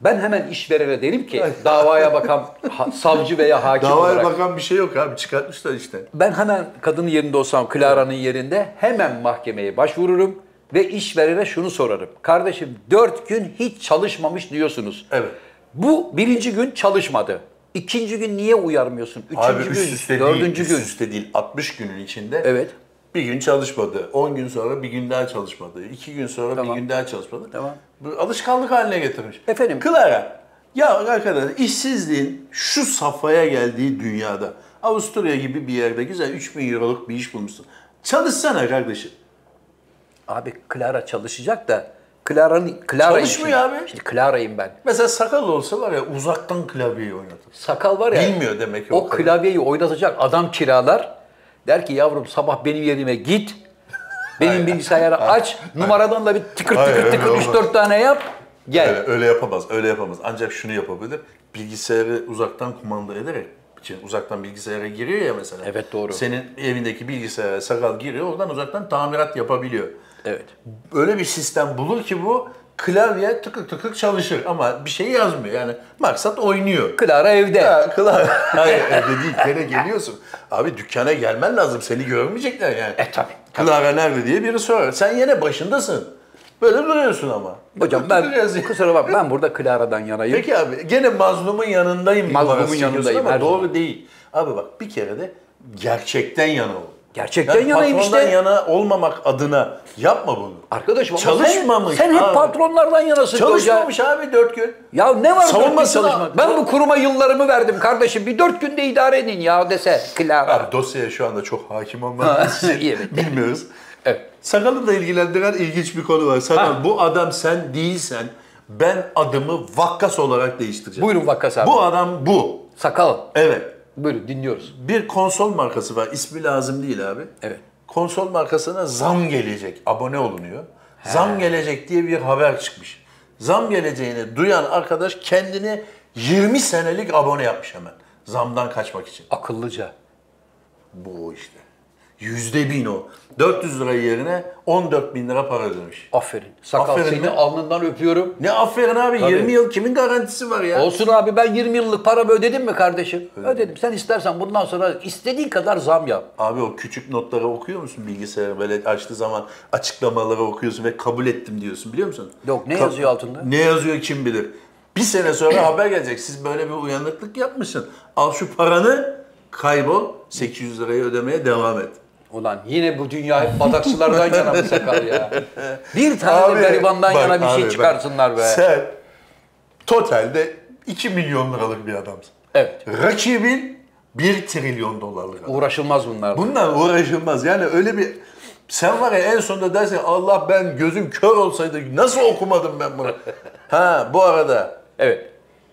Ben hemen işverene derim ki davaya bakan savcı veya hakim Davaya olarak. bakan bir şey yok abi, çıkartmışlar işte. Ben hemen kadının yerinde olsam, Clara'nın yerinde hemen mahkemeye başvururum ve işverene şunu sorarım. Kardeşim 4 gün hiç çalışmamış diyorsunuz. Evet. Bu birinci gün çalışmadı. İkinci gün niye uyarmıyorsun? Abi Üçüncü gün, üst üste dördüncü değil, gün. üst üste değil. 60 günün içinde Evet. bir gün çalışmadı. 10 gün sonra bir gün daha çalışmadı. 2 gün sonra Tamam. bir gün daha çalışmadı. Tamam. Bu alışkanlık haline getirmiş. Efendim? Clara, ya arkadaş işsizliğin şu safhaya geldiği dünyada Avusturya gibi bir yerde güzel 3.000 euroluk bir iş bulmuşsun. Çalışsana kardeşim. Abi Clara çalışacak da Clara'yım Çalışmıyor şimdi. abi. Şimdi Clara'yım ben. Mesela sakal olsa var ya uzaktan klavyeyi oynatır. Sakal var ya. Bilmiyor demek ki O kadar. klavyeyi oynatacak adam kiralar. Der ki yavrum sabah benim yerime git. Benim bilgisayarı aç. Numaradan da bir tıkır Hayır, tıkır öyle tıkır olmaz. 3-4 tane yap. Gel. Öyle yapamaz, öyle yapamaz. Ancak şunu yapabilir, bilgisayarı uzaktan kumanda ederek, uzaktan bilgisayara giriyor ya mesela. Evet, doğru. Senin evindeki bilgisayara sakal giriyor, oradan uzaktan tamirat yapabiliyor. Evet. Öyle bir sistem bulur ki bu, klavye tıkık tıkık çalışır ama bir şey yazmıyor. Yani maksat oynuyor. Clara evde. Ya, klavye, hayır evde değil, gene geliyorsun. Abi dükkana gelmen lazım, seni görmeyecekler yani. Tabii. Clara nerede diye biri sorar. Sen yine başındasın. Böyle duruyorsun ama. Hocam ben kusura bak ben burada Clara'dan yanayım. Peki abi gene mazlumun yanındayım. Mazlumun numarası çekiyorsun yanındayım ama her doğru zaman. değil. Abi bak bir kere de gerçekten yana ol. Gerçekten Yani yanayım patrondan işte. yana olmamak adına yapma bunu. Arkadaşım ama Çalışmamış sen hep abi. patronlardan yanasın. Çalışmamış abi 4 gün. Ya ne var Savunması da- çalışmak? Ben bu kuruma yıllarımı verdim kardeşim. Bir 4 günde idare edin ya dese Clara. Abi dosyaya şu anda çok hakim olmadığımız için Evet. bilmiyoruz. Evet. Sakal'ı da ilgilendiren ilginç bir konu var. Sakal bu adam sen değilsen ben adımı Vakkas olarak değiştireceğim. Buyurun Vakkas abi. Bu adam bu. Sakal. Evet. Buyurun dinliyoruz. Bir konsol markası var. İsmi lazım değil abi. Evet. Konsol markasına zam gelecek. Abone olunuyor. Zam gelecek diye bir haber çıkmış. Zam geleceğini duyan arkadaş kendini 20 senelik abone yapmış hemen. Zamdan kaçmak için. Akıllıca. Bu işte. %1000 o. 400 lira yerine 14.000 lira para ödemiş. Aferin. Sakal Aferin seni mi? alnından öpüyorum. Ne aferin abi, Tabii. 20 yıl kimin garantisi var ya? Olsun abi ben 20 yıllık paramı ödedim mi kardeşim? Ödedim. Sen istersen bundan sonra istediğin kadar zam yap. Abi o küçük notları okuyor musun bilgisayarı? Böyle açtığı zaman açıklamaları okuyorsun ve kabul ettim diyorsun, biliyor musun? Yok, ne yazıyor altında? Ne yazıyor kim bilir. Bir sene sonra haber gelecek. Siz böyle bir uyanıklık yapmışsın. Al şu paranı, kaybol, 800 lirayı ödemeye devam et. Ulan yine bu dünya hep badaksılardan yana mı Sakal ya? Bir tane de garibandan bak yana bir şey abi, çıkarsınlar be. Sen totalde 2 milyon liralık bir adamsın. Evet. Rakibin 1 trilyon dolarlık adam. Uğraşılmaz bunlar. Bunlar uğraşılmaz. Yani öyle bir... Sen var ya en sonunda dersin Allah ben gözüm kör olsaydı nasıl okumadım ben bunu? Ha bu arada Evet.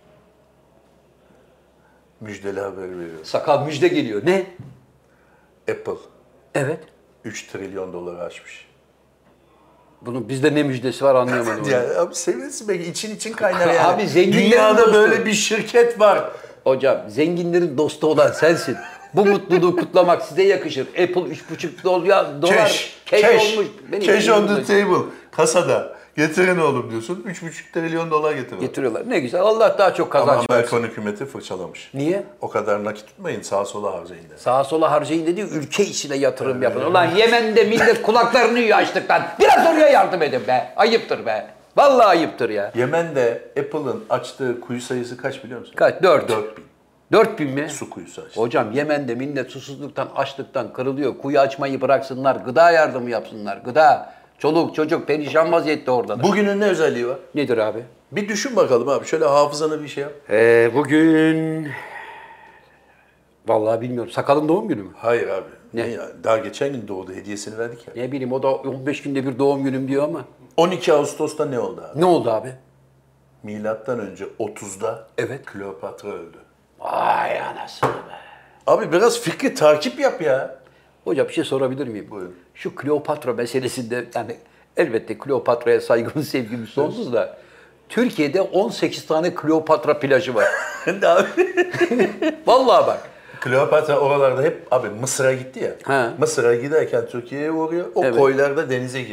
müjdeli haberi veriyorum. Sakal müjde geliyor. Ne? Apple Evet. 3 trilyon doları aşmış. Bunun bizde ne müjdesi var anlayamadım. onu. Ya abi sevinirsin belki için kaynar yani. Abi zenginlerin Dünyada dostu. böyle bir şirket var. Hocam zenginlerin dostu olan sensin. Bu mutluluğu kutlamak size yakışır. Apple 3,5 dolar cash olmuş. Benim Cash on the elimde table. Kasada. Getirin oğlum diyorsun. 3,5 trilyon dolar getiriyor. getiriyorlar. Ne güzel. Allah daha çok Ama kazanç versin. Amerikan hükümeti fırçalamış. Niye? O kadar nakit tutmayın, sağa sola harcayın dedi. Sağa sola harcayın dedi, ülke içine yatırım yapın. Ulan Yemen'de millet kulaklarını yiyor açlıktan. Biraz oraya yardım edin be. Ayıptır be. Vallahi ayıptır ya. Yemen'de Apple'ın açtığı kuyu sayısı kaç biliyor musun? Kaç? 4. 4000. 4000 mi? Su kuyusu açtı. Hocam Yemen'de millet susuzluktan, açlıktan kırılıyor. Kuyu açmayı bıraksınlar, gıda yardımı yapsınlar. Gıda. Çoluk çocuk perişan vaziyette orada da. Bugünün ne özelliği var? Nedir abi? Bir düşün bakalım abi. Şöyle hafızana bir şey yap. Bugün... Vallahi bilmiyorum. Sakalın doğum günü mü? Hayır abi. Ne? Ya? Daha geçen gün doğdu. Hediyesini verdik ya. Ne bileyim o da 15 günde bir doğum günüm diyor ama. 12 Ağustos'ta ne oldu abi? Ne oldu abi? Milattan önce 30'da Evet. Kleopatra öldü. Vay anasını be. Abi biraz fikri takip yap ya. Hocam bir şey sorabilir miyim? Buyurun. Şu Kleopatra meselesinde yani elbette Kleopatra'ya saygımız sevgimiz sonsuz da Türkiye'de 18 tane Kleopatra plajı var. Abi. Vallahi bak. Kleopatra oralarda hep abi Mısır'a gitti ya. Ha. Mısır'a giderken Türkiye'ye uğruyor. O Evet. koylarda denize giriyor.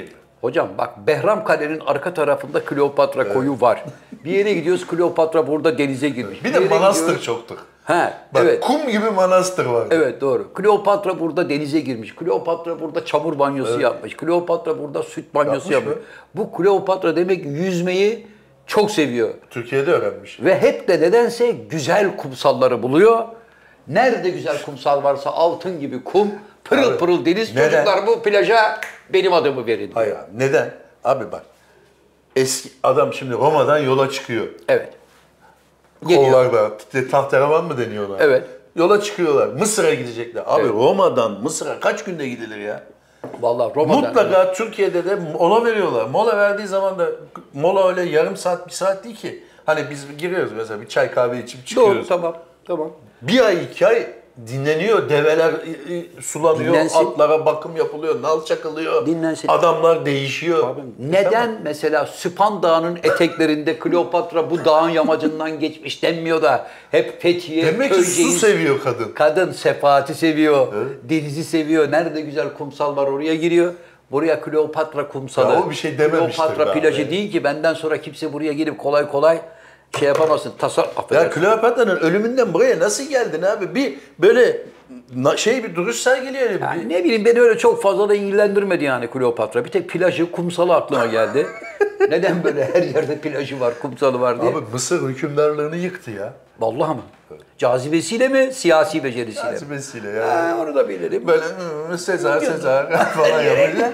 Hocam bak Behram Kale'nin arka tarafında Kleopatra koyu var. Bir yere gidiyoruz Kleopatra burada denize girmiş. Bir de yere manastır gidiyoruz. çoktur. He, Bak, evet. kum gibi manastır var. Evet doğru. Kleopatra burada denize girmiş. Kleopatra burada çamur banyosu yapmış. Kleopatra burada süt banyosu Yapmış yapmış. Bu Kleopatra demek yüzmeyi çok seviyor. Türkiye'de öğrenmiş. Ve hep de nedense güzel kumsalları buluyor. Nerede güzel kumsal varsa altın gibi kum, pırıl Abi, pırıl deniz. neden? Çocuklar bu plaja benim adımı verin diyor. Hayır abi, neden? Abi bak. Eski adam şimdi Roma'dan yola çıkıyor. Evet. Geliyor. Kollarda tahterevan mı deniyorlar? Evet. Yola çıkıyorlar. Mısır'a gidecekler. Abi Roma'dan Mısır'a kaç günde gidilir ya? Vallahi Roma'dan. Mutlaka Türkiye'de de mola veriyorlar. Mola verdiği zaman da mola öyle yarım saat, bir saat değil ki. Hani biz giriyoruz mesela bir çay kahve içip çıkıyoruz. Doğru tamam. Tamam. Bir ay, 2 ay dinleniyor. Develer sulanıyor, Dinlensin. atlara bakım yapılıyor, nal çakılıyor. Dinlensin. Adamlar değişiyor. Neden mesela Süphan Dağı'nın eteklerinde Kleopatra bu dağın yamacından geçmiş denmiyor da hep Fethiye, Demek ki Köyceğiz. su seviyor kadın. Kadın sefaati seviyor, denizi seviyor. Nerede güzel kumsal var oraya giriyor. Buraya Kleopatra kumsalı. Ya o bir şey dememiştir Kleopatra be plajı abi. değil ki benden sonra kimse buraya gelip kolay kolay şey yapamasın. Ya Affedersin. Kleopatra'nın ölümünden buraya nasıl geldin abi? Bir böyle bir duruş sergiliyor. Yani ne bileyim beni öyle çok fazla da ilgilendirmedi yani Kleopatra. Bir tek plajı, kumsalı aklıma geldi. Neden böyle her yerde plajı var, kumsalı var diye. Abi Mısır hükümdarlığını yıktı ya. Vallahi mı? Cazibesiyle mi, siyasi becerisiyle mi? Cazibesiyle ya. Ha, onu da bilirim. Böyle Sezar falan yapınca.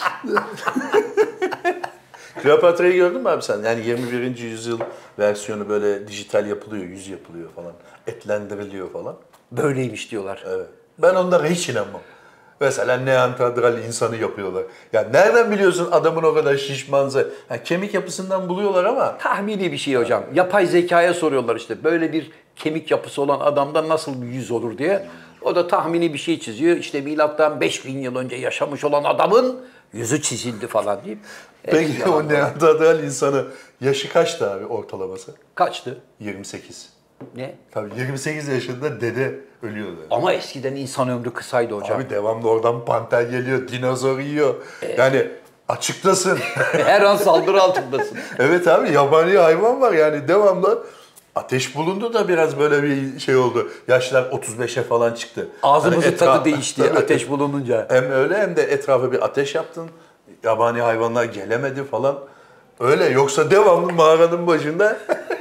Kleopatra'yı gördün mü abi sen? Yani 21. yüzyıl versiyonu böyle dijital yapılıyor, yüz yapılıyor falan. Etlendiriliyor falan. Böyleymiş diyorlar. Evet. Ben onlara hiç inanmam. Mesela Neandertal insanı yapıyorlar. Ya nereden biliyorsun adamın o kadar şişmansa? Ha, kemik yapısından buluyorlar ama. Tahmini bir şey hocam. Yapay zekaya soruyorlar işte böyle bir kemik yapısı olan adamda nasıl bir yüz olur diye. O da tahmini bir şey çiziyor. İşte milattan 5000 yıl önce yaşamış olan adamın yüzü çizildi falan deyip. Peki o Neandertal insanı yaşı kaçtı abi ortalaması? Kaçtı? 28. Ne? Tabii 28 yaşında dede ölüyordu. Ama eskiden insan ömrü kısaydı hocam. Abi devamlı oradan panter geliyor, dinozor yiyor. Yani açıktasın. Her an saldırı altındasın. Evet abi yabani hayvan var yani devamlı. Ateş bulundu da biraz böyle bir şey oldu. Yaşlar 35'e falan çıktı. Ağzımızın Hani tadı değişti Tabii. ateş bulununca. Hem öyle hem de etrafa bir ateş yaptın. Yabani hayvanlar gelemedi falan. Öyle yoksa devamlı mağaranın başında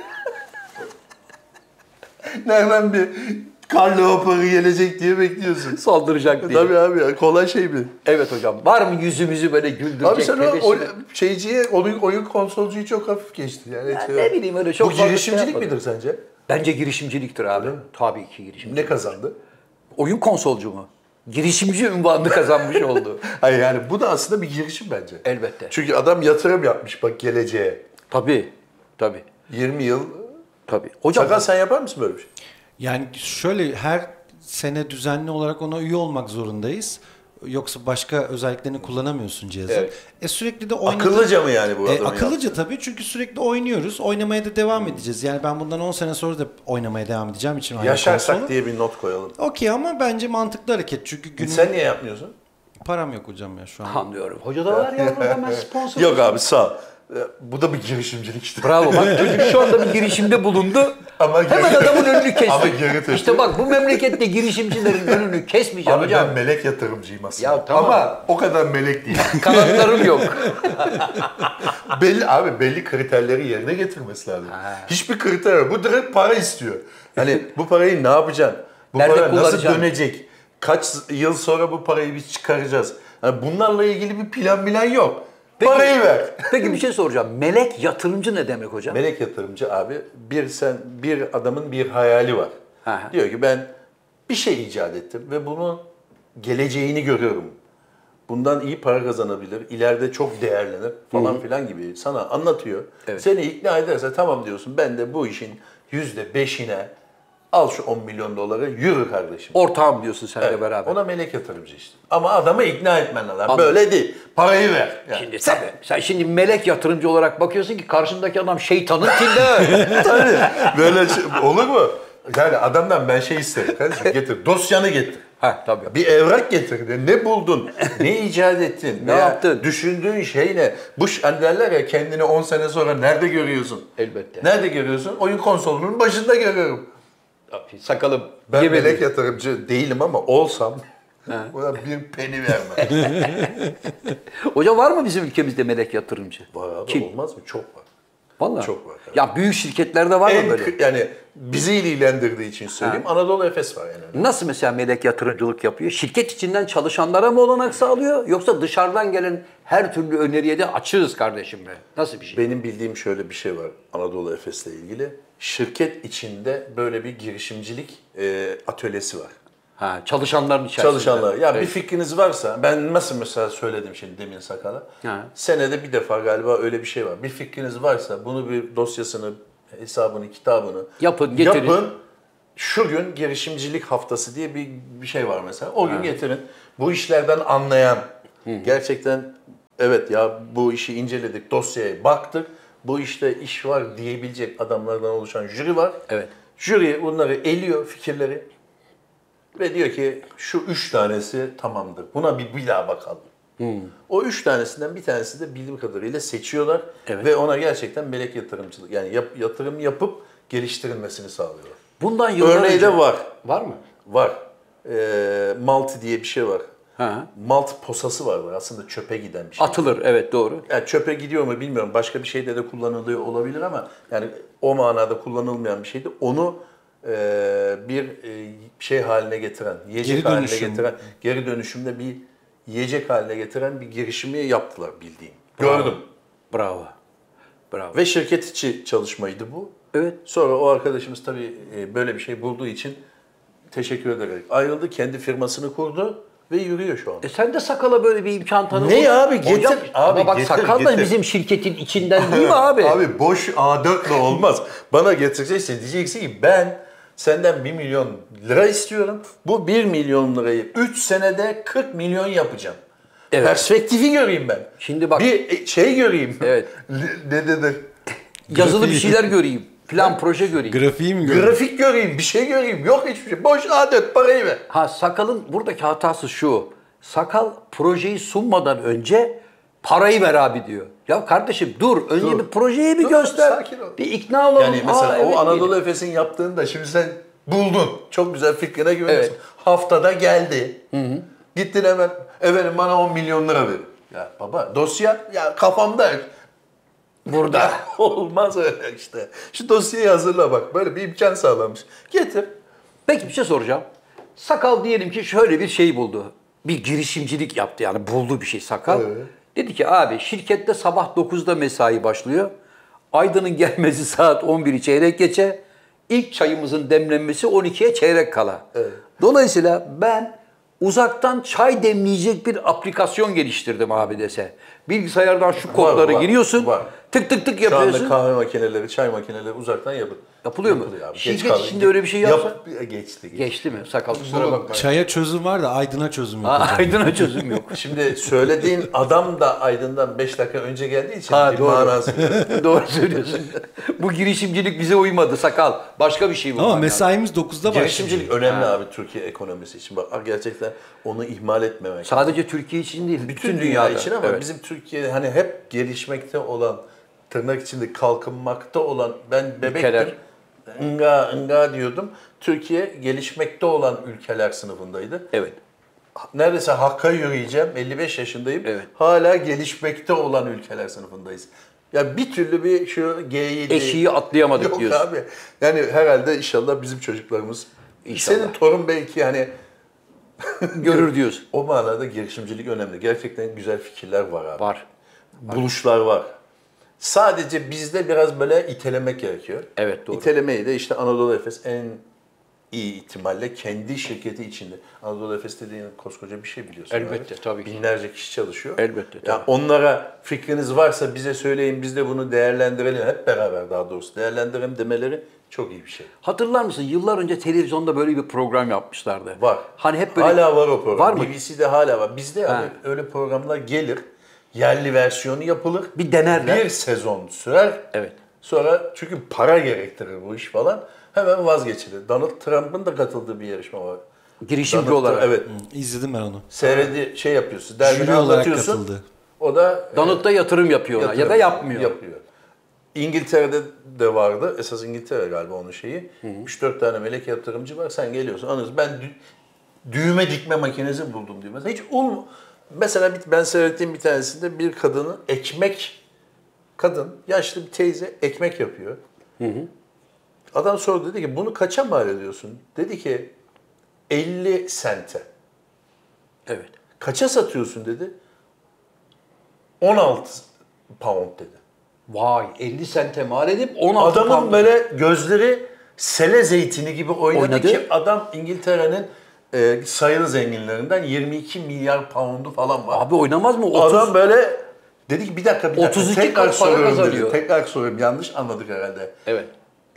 nereden bir kar leoparı gelecek diye bekliyorsun. Saldıracak diye. Tabii abi ya kolay şey mi? Evet hocam. Var mı yüzümüzü böyle güldürecek? Abi sen o tebessüm? şeyciye, oyun konsolcuyu çok hafif geçti. Yani Ya ne bileyim öyle çok Bu fazla şey girişimcilik yapmadım. midir sence? Bence girişimciliktir abi. Tabii ki girişimcilik. Ne kazandı? Oyun konsolcu mu? Girişimci unvanını kazanmış oldu. Hayır yani bu da aslında bir girişim bence. Elbette. Çünkü adam yatırım yapmış bak geleceğe. Tabii. Tabii. 20 yıl. Tabii. Hocam Sakal sen yapar mısın böyle bir şey? Yani şöyle her sene düzenli olarak ona üye olmak zorundayız. Yoksa başka özelliklerini kullanamıyorsun cihazın. Evet. Sürekli de Akıllıca mı yani bu adamın akıllıca yaptığı? tabii çünkü sürekli oynuyoruz. Oynamaya da devam edeceğiz. Yani ben bundan 10 sene sonra da oynamaya devam edeceğim için. aynı Yaşarsak konsolu. diye bir not koyalım. Okey ama bence mantıklı hareket. Çünkü günün Sen niye yapmıyorsun? param yok hocam ya şu an. anlıyorum. Hoca da var ya hemen sponsor. Yok abi sağ ol. Bu da bir girişimcilik işte. Bravo bak çocuk şu anda bir girişimde bulundu. Ama Hemen geri- adamın önünü kesti. Ama geri taşıdı. İşte bak bu memlekette girişimcilerin önünü kesmeyeceğim Abi hocam. ben melek yatırımcıyım aslında. Ya tamam. Ama o kadar melek değil. Kanatlarım yok. belli kriterleri yerine getirmesi lazım. Hiçbir kriter yok. Bu direkt para istiyor. Hani bu parayı ne yapacaksın? Bu Nerede para nasıl kullanacaksın? dönecek? Kaç yıl sonra bu parayı biz çıkaracağız? Yani bunlarla ilgili bir plan yok. Parayı ver. Peki bir şey soracağım. Melek yatırımcı ne demek hocam? Melek yatırımcı abi bir adamın bir hayali var. Aha. Diyor ki ben bir şey icat ettim ve bunun geleceğini görüyorum. Bundan iyi para kazanabilir, ileride çok değerlenir falan filan gibi sana anlatıyor. Evet. Seni ikna ederse tamam diyorsun ben de bu işin %5'ine al şu 10 milyon doları yürü kardeşim. Ortağım diyorsun sen de Evet, beraber. ona melek yatırımcı işte. Ama adamı ikna etmen lazım. Anladım. Böyle değil. Parayı ver. Yani. Şimdi tabii. Sen şimdi melek yatırımcı olarak bakıyorsun ki karşındaki adam şeytanın tillahı. Tabii. Böyle olur mu? Yani adamdan ben şey isterim. Kardeşim getir. Dosyanı getir. Ha tabii. Bir evrak getirdin. Ne buldun? Ne icat ettin? Ne yaptın? Düşündüğün şey ne? Hani derler ya, kendini 10 sene sonra nerede görüyorsun? Elbette. Nerede görüyorsun? Oyun konsolunun başında görüyorum. Sakalım Ben yemedi. melek yatırımcı değilim ama olsam buna bir peni vermem. Hocam var mı bizim ülkemizde melek yatırımcı? Var abi, Kim? olmaz mı? Çok var. Vallahi. Çok var. Ya büyük şirketlerde var mı böyle? Yani bizi ilgilendirdiği için söyleyeyim. Anadolu Efes var yani. Nasıl mesela melek yatırımcılık yapıyor? Şirket içinden çalışanlara mı olanak sağlıyor? Yoksa dışarıdan gelen her türlü öneriye de açığız kardeşim be. Nasıl bir şey? Benim bildiğim şöyle bir şey var Anadolu Efes'le ilgili. Şirket içinde böyle bir girişimcilik atölyesi var. Ha, çalışanların içerisinde. Çalışanlar. Ya Evet. bir fikriniz varsa, ben nasıl mesela söyledim şimdi demin Sakal'a. Ha. Senede bir defa galiba öyle bir şey var. Bir fikriniz varsa bunu bir dosyasını, hesabını, kitabını Yapın, getirin. yapın. Şu gün girişimcilik haftası diye bir şey var mesela. O gün getirin. Bu işlerden anlayan, gerçekten evet ya bu işi inceledik, dosyaya baktık. Bu işte iş var diyebilecek adamlardan oluşan jüri var. Evet. Jüri bunları eliyor, fikirleri. Ve diyor ki şu 3 tanesi tamamdır. Buna bir daha bakalım. O 3 tanesinden bir tanesi de bildiğim kadarıyla seçiyorlar. Evet. Ve ona gerçekten melek yatırımcılık, yani yatırım yapıp geliştirilmesini sağlıyorlar. Bundan yıllar Örneği önce... de var. Var mı? Var. Malt diye bir şey var. Ha. Malt posası vardır. Aslında çöpe giden bir şey. Atılır, evet doğru. Yani çöpe gidiyor mu bilmiyorum. Başka bir şeyde de kullanılıyor olabilir ama yani o manada kullanılmayan bir şeydi. Onu bir şey haline getiren, yiyecek Geri haline dönüşüm. getiren, geri dönüşümde bir yiyecek haline getiren bir girişimi yaptılar bildiğim. Gördüm. Bravo. Bravo. Ve şirket içi çalışmaydı bu. Evet. Sonra o arkadaşımız tabii böyle bir şey bulduğu için teşekkür ederek ayrıldı. Kendi firmasını kurdu ve yürüyor şu an. Sen de sakala böyle bir imkan tanı. Ne abi, getir. Hocam, Abi, ama bak getir, sakal da getir. bizim şirketin içinden değil mi abi? Abi boş A4'le olmaz. Bana getireceksin, diyeceksin ki ben senden 1 milyon lira istiyorum. Bu 1 milyon lirayı 3 senede 40 milyon yapacağım. Evet. Perspektifi göreyim ben. Şimdi bak- Bir şey göreyim. Evet. Ne dedi? Yazılı bir şeyler göreyim. Plan, proje göreyim. Grafiği mi gördün? Grafik göreyim, bir şey göreyim. Yok hiçbir şey. Boş A4, parayı ver. Ha, sakalın buradaki hatası şu. Sakal projeyi sunmadan önce parayı ver abi diyor. Ya kardeşim dur. Önce Dur. bir projeyi bir Dur, göster. sakin ol. Bir ikna olalım. Yani mesela Aa, evet o Anadolu diyelim. Efes'in yaptığını da şimdi sen buldun. Çok güzel fikrine güveniyorsun. Evet. Haftada geldi. Gittin hemen, efendim bana 10 milyon lira verin. Ya baba dosya ya kafamda. Burada olmaz öyle işte. Şu dosyayı hazırla bak. Böyle bir imkan sağlamış. Getir. Peki bir şey soracağım. Sakal diyelim ki şöyle bir şey buldu. Bir girişimcilik yaptı yani buldu bir şey sakal. Evet. Dedi ki abi şirkette sabah 9'da mesai başlıyor. Aydın'ın gelmesi saat 11'i çeyrek geçe. İlk çayımızın demlenmesi 12'ye çeyrek kala. Evet. Dolayısıyla ben uzaktan çay demleyecek bir aplikasyon geliştirdim abi dese. Bilgisayardan şu kodları var, giriyorsun. var. Tık tık tık Şu yapıyorsun. anda kahve makineleri, çay makineleri uzaktan yapın. Yapılıyor mu? abi. Şirket Geç kalın. içinde öyle bir şey yapsa? Geçti. Geçti mi? Sakal kusura bakma. Çaya çözüm var da Aydın'a çözüm yok. Aa, hocam. Aydın'a çözüm yok. Şimdi söylediğin adam da Aydın'dan 5 dakika önce geldiği için Ha, bir doğru. manası. Doğru söylüyorsun. Bu girişimcilik bize uymadı sakal. Başka bir şey bulman Ama lazım. mesaimiz 9'da başlıyor. Girişimcilik önemli abi Türkiye ekonomisi için. Bak gerçekten onu ihmal etmemek. Sadece Türkiye için değil, bütün dünya için ama Evet. bizim Türkiye hani hep gelişmekte olan, tırnak içinde kalkınmakta olan, ben bebektim. Ülkeler. Nga diyordum. Türkiye gelişmekte olan ülkeler sınıfındaydı. Evet. Neredeyse hakka yürüyeceğim. 55 yaşındayım. Evet. Hala gelişmekte olan ülkeler sınıfındayız. Ya bir türlü bir şu G7... Eşiği atlayamadık Yok diyorsun. abi. Yani herhalde inşallah bizim çocuklarımız... İnşallah. Senin torun belki hani... Görür diyorsun. O manada girişimcilik önemli. Gerçekten güzel fikirler var abi. Var. Buluşlar var. Sadece bizde biraz böyle itelemek gerekiyor. Evet, doğru. İtelemeyi de işte Anadolu Efes en iyi ihtimalle kendi şirketi içinde. Anadolu Efes dediğin koskoca bir şey biliyorsun. Elbette, abi. tabii ki. Binlerce kişi çalışıyor. Elbette, Ya tabii. onlara fikriniz varsa bize söyleyin, biz de bunu değerlendirelim. Hep beraber daha doğrusu değerlendirelim demeleri çok iyi bir şey. Hatırlar mısın? Yıllar önce televizyonda böyle bir program yapmışlardı. Var. Hani hep böyle... Hala var o program. Var mı? BBC'de hala var. Bizde Ha. abi öyle programlar gelir. Yerli versiyonu yapılır. Bir denerler. Bir sezon sürer. Evet. Sonra çünkü para gerektirir bu iş falan. Hemen vazgeçilir. Donald Trump'ın da katıldığı bir yarışma var. Girişimci Danıt'ta, olarak. Evet. İzledim ben onu. Seyredi şey yapıyorsun. Derdini Jüri olarak anlatıyorsun. katıldı. O da Danıt'ta yatırım yapıyor ona ya da yapmıyor. Yapıyor. İngiltere'de de vardı. Esas İngiltere galiba onun şeyi. 3-4 tane melek yatırımcı var. Sen geliyorsun. Anlıyorsun. Ben düğme dikme makinesi buldum diyor. Mesela hiç mesela ben seyrettiğim bir tanesinde bir kadının kadın yaşlı bir teyze ekmek yapıyor. Adam sordu, dedi ki bunu kaça mal ediyorsun? Dedi ki 50 sente. Evet. Kaça satıyorsun dedi. 16 pound dedi. Vay 50 sente mal edip 16 Adamın pound. böyle gözleri sele zeytini gibi oynadı Oynadı. ki adam İngiltere'nin sayılı zenginlerinden 22 milyar poundu falan var. Abi oynamaz mı? 30, Adam böyle dedi ki bir dakika 32 tekrar kat para soruyorum kazanıyor. dedi. Tekrar soruyorum, yanlış anladık herhalde. Evet.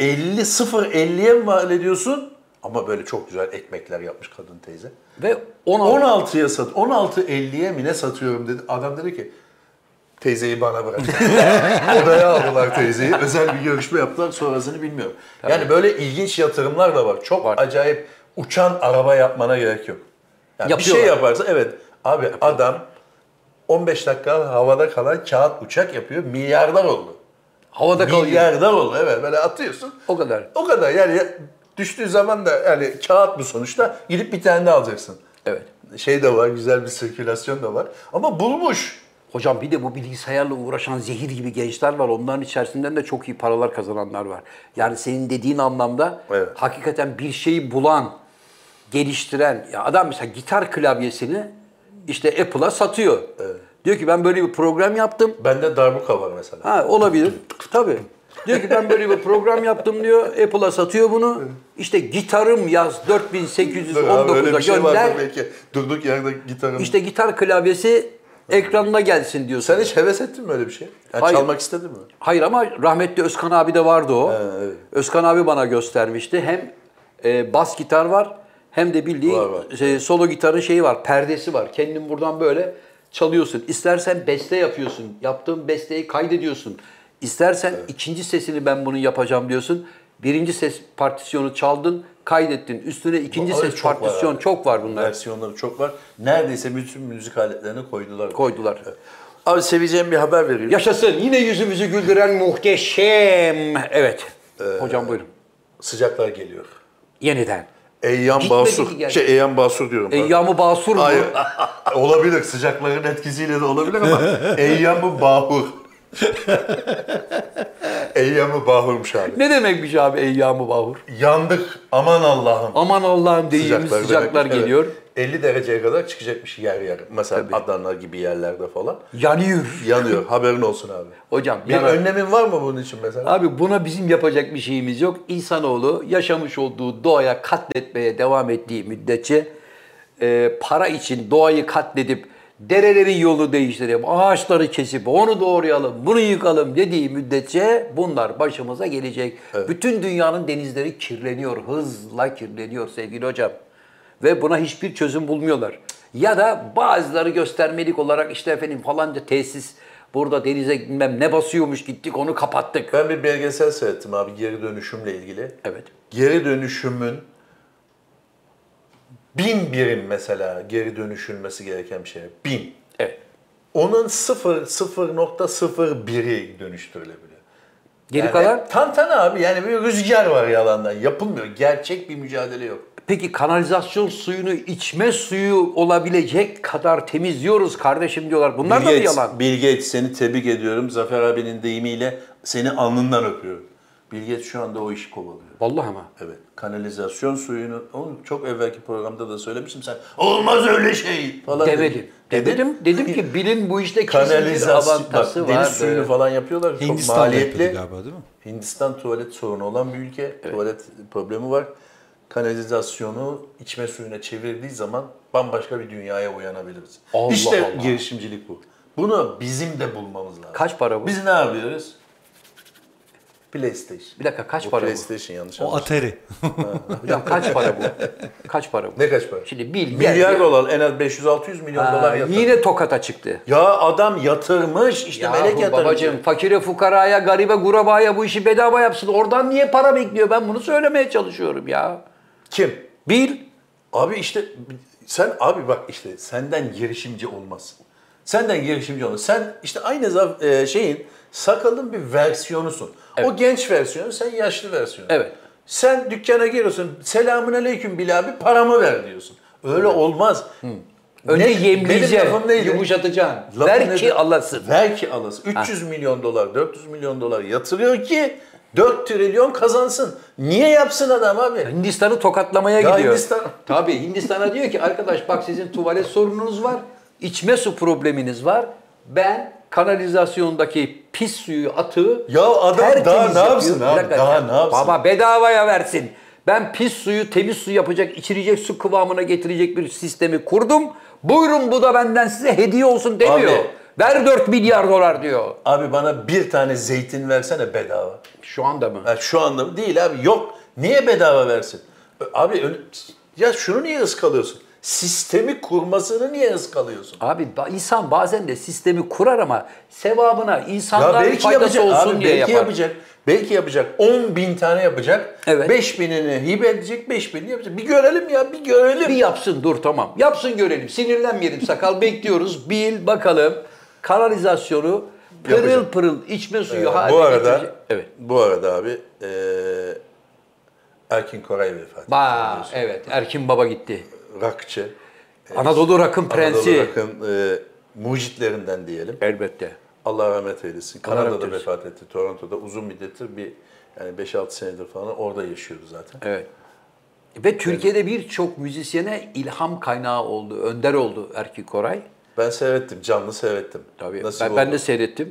50'ye mi mal ediyorsun? Ama böyle çok güzel ekmekler yapmış kadın teyze. Ve 16. 16.50'ye mi ne satıyorum dedi. Adam dedi ki teyzeyi bana bırak. Odaya aldılar teyzeyi. Özel bir görüşme yaptılar. Sonrasını bilmiyorum. Tabii. Yani böyle ilginç yatırımlar da var. Çok Var. acayip uçan araba yapmana gerek yok. Yani bir Yapıyorlar. şey yaparsa evet. Abi adam 15 dakika havada kalan kağıt uçak yapıyor. Milyarder oldu. Havada kalıyor. Milyarder oldu. Evet, böyle atıyorsun. O kadar. O kadar yani düştüğü zaman da yani kağıt bu sonuçta, gidip bir tane de alacaksın. Evet. Şey de var, güzel bir sirkülasyon da var. Ama bulmuş. Hocam bir de bu bilgisayarla uğraşan zehir gibi gençler var. Onların içerisinden de çok iyi paralar kazananlar var. Yani senin dediğin anlamda Evet. hakikaten bir şeyi bulan, geliştiren. Ya adam mesela gitar klavyesini işte Apple'a satıyor. Evet. Diyor ki ben böyle bir program yaptım. Bende darbuka var mesela. Ha olabilir. Tabii. Diyor ki ben böyle bir program yaptım diyor. Apple'a satıyor bunu. İşte gitarım yaz Dur abi, öyle 4819'a bir şey var gönder. belki. Durduk yerde gitarım. İşte gitar klavyesi ekranına gelsin diyorsun. Sen hiç heves ettin mi öyle bir şey? Yani Hayır. çalmak istedin mi? Hayır ama rahmetli Özkan abi de vardı o. evet. Özkan abi bana göstermişti. Hem bas gitar var hem de bildiğin Var. solo gitarın şeyi var, perdesi var. Kendin buradan böyle çalıyorsun. İstersen beste yapıyorsun. Yaptığın besteyi kaydediyorsun. İstersen ikinci sesini ben bunu yapacağım diyorsun. Birinci ses partisyonu çaldın, kaydettin. Üstüne ikinci Öyle ses çok var partisyon abi. çok var bunlar. Versiyonları çok var. Neredeyse bütün müzik aletlerini koydular. Koydular. Evet. Abi seveceğim bir haber vereyim. Yaşasın. Yine yüzümüzü güldüren muhteşem. Evet. Hocam buyurun. Sıcaklar geliyor. Yeniden. Eyyam Gitmedi Basur. ki gerçi. Eyyam Basur diyorum. Eyyam-ı Basur mu? Hayır. Olabilir. Sıcakların etkisiyle de olabilir ama Eyyam-ı Bahur. Eyyam-ı Bahur'muş abi. Ne demekmiş abi Eyyam-ı Bahur? Yandık. Aman Allah'ım. Aman Allah'ım dediğimiz sıcaklar demek. geliyor. Evet. 50 dereceye kadar çıkacakmış yer yer. Mesela Adana gibi yerlerde falan. Yanıyor. Yanıyor. Haberin olsun abi. Hocam Bir yanar. önlemin var mı bunun için mesela? Abi buna bizim yapacak bir şeyimiz yok. İnsanoğlu yaşamış olduğu doğaya katletmeye devam ettiği müddetçe para için doğayı katledip derelerin yolu değiştirip ağaçları kesip onu doğrayalım, bunu yıkalım dediği müddetçe bunlar başımıza gelecek. Evet. Bütün dünyanın denizleri kirleniyor, hızla kirleniyor sevgili hocam. Ve buna hiçbir çözüm bulmuyorlar. Ya da bazıları göstermelik olarak işte efendim falanca tesis burada denize bilmem ne basıyormuş gittik onu kapattık. Ben bir belgesel seyrettim abi geri dönüşümle ilgili. Evet. Geri dönüşümün 1000 birim mesela geri dönüşülmesi gereken bir şey. 1000. Evet. Onun 0.01'i dönüştürülebiliyor. Geri Yani kalan? tantana abi, yani bir rüzgar var yalandan. Yapılmıyor. Gerçek bir mücadele yok. Peki kanalizasyon suyunu içme suyu olabilecek kadar temizliyoruz kardeşim diyorlar. Bunlar da mı yalan? Bill Gates, seni tebrik ediyorum. Zafer abinin deyimiyle seni alnından öpüyorum. Bill Gates şu anda o işi kovalıyor. Vallahi ama. Evet. Kanalizasyon suyunu, onu çok evvelki programda da söylemiştim, sen olmaz öyle şey falan Demedim. dedin. Dedim ki bilin bu işte kesin bir Kanalizasyon, avantajı bak, var. deniz suyunu falan yapıyorlar. Çok Hindistan'da maliyetli. yapıyordu galiba değil mi? Hindistan tuvalet sorunu olan bir ülke. Tuvalet problemi var. Kanalizasyonu içme suyuna çevirdiği zaman bambaşka bir dünyaya uyanabiliriz. Allah işte Allah. girişimcilik bu. Bunu bizim de bulmamız lazım. Kaç para bu? Biz ne yapıyoruz? PlayStation. Bir dakika kaç Bu para bu? PlayStation yanlış O anlaşıldı. Atari. Hocam kaç para bu? Kaç para bu? Ne kaç para? Şimdi bil Milyar gel. dolar, en az 500-600 milyon dolar yatırdı. Yine tokata çıktı. Ya adam yatırmış, işte melek Yahu yatırmış. babacığım fakire fukaraya, garibe gurabaya bu işi bedava yapsın. Oradan niye para bekliyor? Ben bunu söylemeye çalışıyorum ya. Kim? Bil. Abi işte sen abi bak işte senden girişimci olmaz. Senden girişimci olmaz. Sen işte aynı şeyin sakalın bir versiyonusun. O genç versiyonu, sen yaşlı versiyonu. Evet. Sen dükkana giriyorsun. Selamun aleyküm Bilal abi, paramı ver diyorsun. Öyle olmaz. Önce Benim yemleyeceksin, lafım neydi? yumuşatacaksın. Lafım Ver neydi? ki alasın. Ver ki alasın. 300 milyon dolar, 400 milyon dolar yatırıyor ki 4 trilyon kazansın. Niye yapsın adam abi? Hindistan'ı tokatlamaya Ya gidiyor. Hindistan- Tabii Hindistan'a diyor ki arkadaş bak sizin tuvalet sorununuz var, içme su probleminiz var. Ben kanalizasyondaki pis suyu atığı Ya adam daha tertemiz ne yapsın yapıyor. abi? Bir dakika Daha ya. ne yapsın? Baba bedavaya versin. Ben pis suyu temiz su yapacak, içilecek su kıvamına getirecek bir sistemi kurdum. Buyurun bu da benden size hediye olsun demiyor. Abi. Ver 4 milyar dolar diyor. Abi bana bir tane zeytin versene bedava. Şu anda mı? Ha, şu anda mı? Değil abi. Yok. Niye bedava versin? Abi ya şunu niye ıskalıyorsun? Sistemi kurmasını niye ıskalıyorsun? Abi insan bazen de sistemi kurar ama sevabına Ya insanların belki faydası yapacak. olsun Abi diye belki yapar. yapacak. Belki yapacak. 10 bin tane yapacak. Evet. 5.000'ini hibe edecek, 5.000'ini yapacak. Bir görelim ya, bir görelim. Bir yapsın dur tamam. Yapsın görelim. Sinirlenmeyelim sakal bekliyoruz. Bil bakalım kanalizasyonu pırıl Yapacak. pırıl içme suyu haline bu arada, getirecek. Evet. bu arada abi Erkin Koray vefat etti. Evet Erkin Baba gitti. Rockçı. Anadolu Rock'ın prensi. Anadolu Rock'ın mucitlerinden diyelim. Elbette. Allah rahmet eylesin. Allah rahmet Kanada'da eylesin. vefat etti. Toronto'da uzun müddettir yani 5-6 senedir falan orada yaşıyordu zaten. Evet. Ve Türkiye'de birçok müzisyene ilham kaynağı oldu, önder oldu Erkin Koray. Ben seyrettim, canlı seyrettim. Tabii. Nasip Ben oldu. de seyrettim.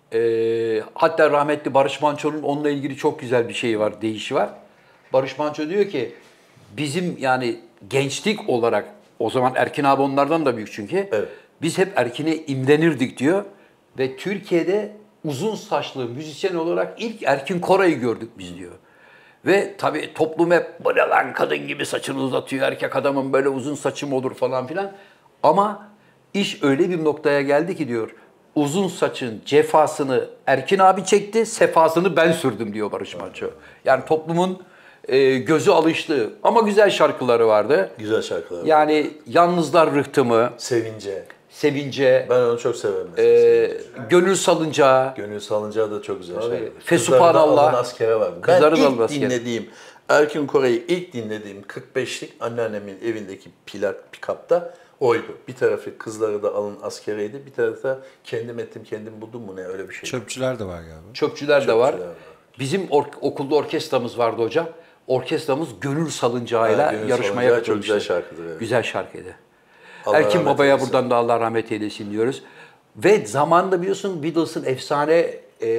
Hatta rahmetli Barış Manço'nun onunla ilgili çok güzel bir şey var, deyişi var. Barış Manço diyor ki bizim yani gençlik olarak o zaman Erkin abi onlardan da büyük çünkü. Evet. Biz hep Erkin'e imrenirdik diyor. Ve Türkiye'de uzun saçlı müzisyen olarak ilk Erkin Koray'ı gördük biz diyor. Ve tabii toplum hep böyle lan kadın gibi saçını uzatıyor, erkek adamın böyle uzun saçı mı olur falan filan. Ama iş öyle bir noktaya geldi ki diyor, uzun saçın cefasını Erkin abi çekti, sefasını ben sürdüm diyor Barış Manço. Yani toplumun gözü alıştı ama güzel şarkıları vardı. Güzel şarkılar. Yani Yalnızlar Rıhtımı, Sevince. Sevince, Ben onu çok severim mesela. Gönül Salıncağı, Gönül Salıncağı da çok güzel şarkı. Fesubhanallah. Alın askere vardı. Kızları da Ben alın ilk askere. dinlediğim, Erkin Koray'ı ilk dinlediğim 45'lik anneannemin evindeki pick-up'ta oydu. Bir tarafı Kızları da Alın Askereydi. Bir tarafı da Kendim Ettim Kendim Buldum mu ne öyle bir şey. Çöpçüler de var galiba. Çöpçüler de var. Çöpçüler var. Bizim okulda orkestramız vardı hocam. Orkestramız Gönül Salıncağı'yla Ha, Gönül yarışmaya Salıncağı çok katılmıştı. güzel şarkıdır, evet. Güzel şarkıydı. Allah Erkin rahmet Baba'ya eylesin. buradan da Allah rahmet eylesin diyoruz. Ve zamanında biliyorsun Beatles'ın efsane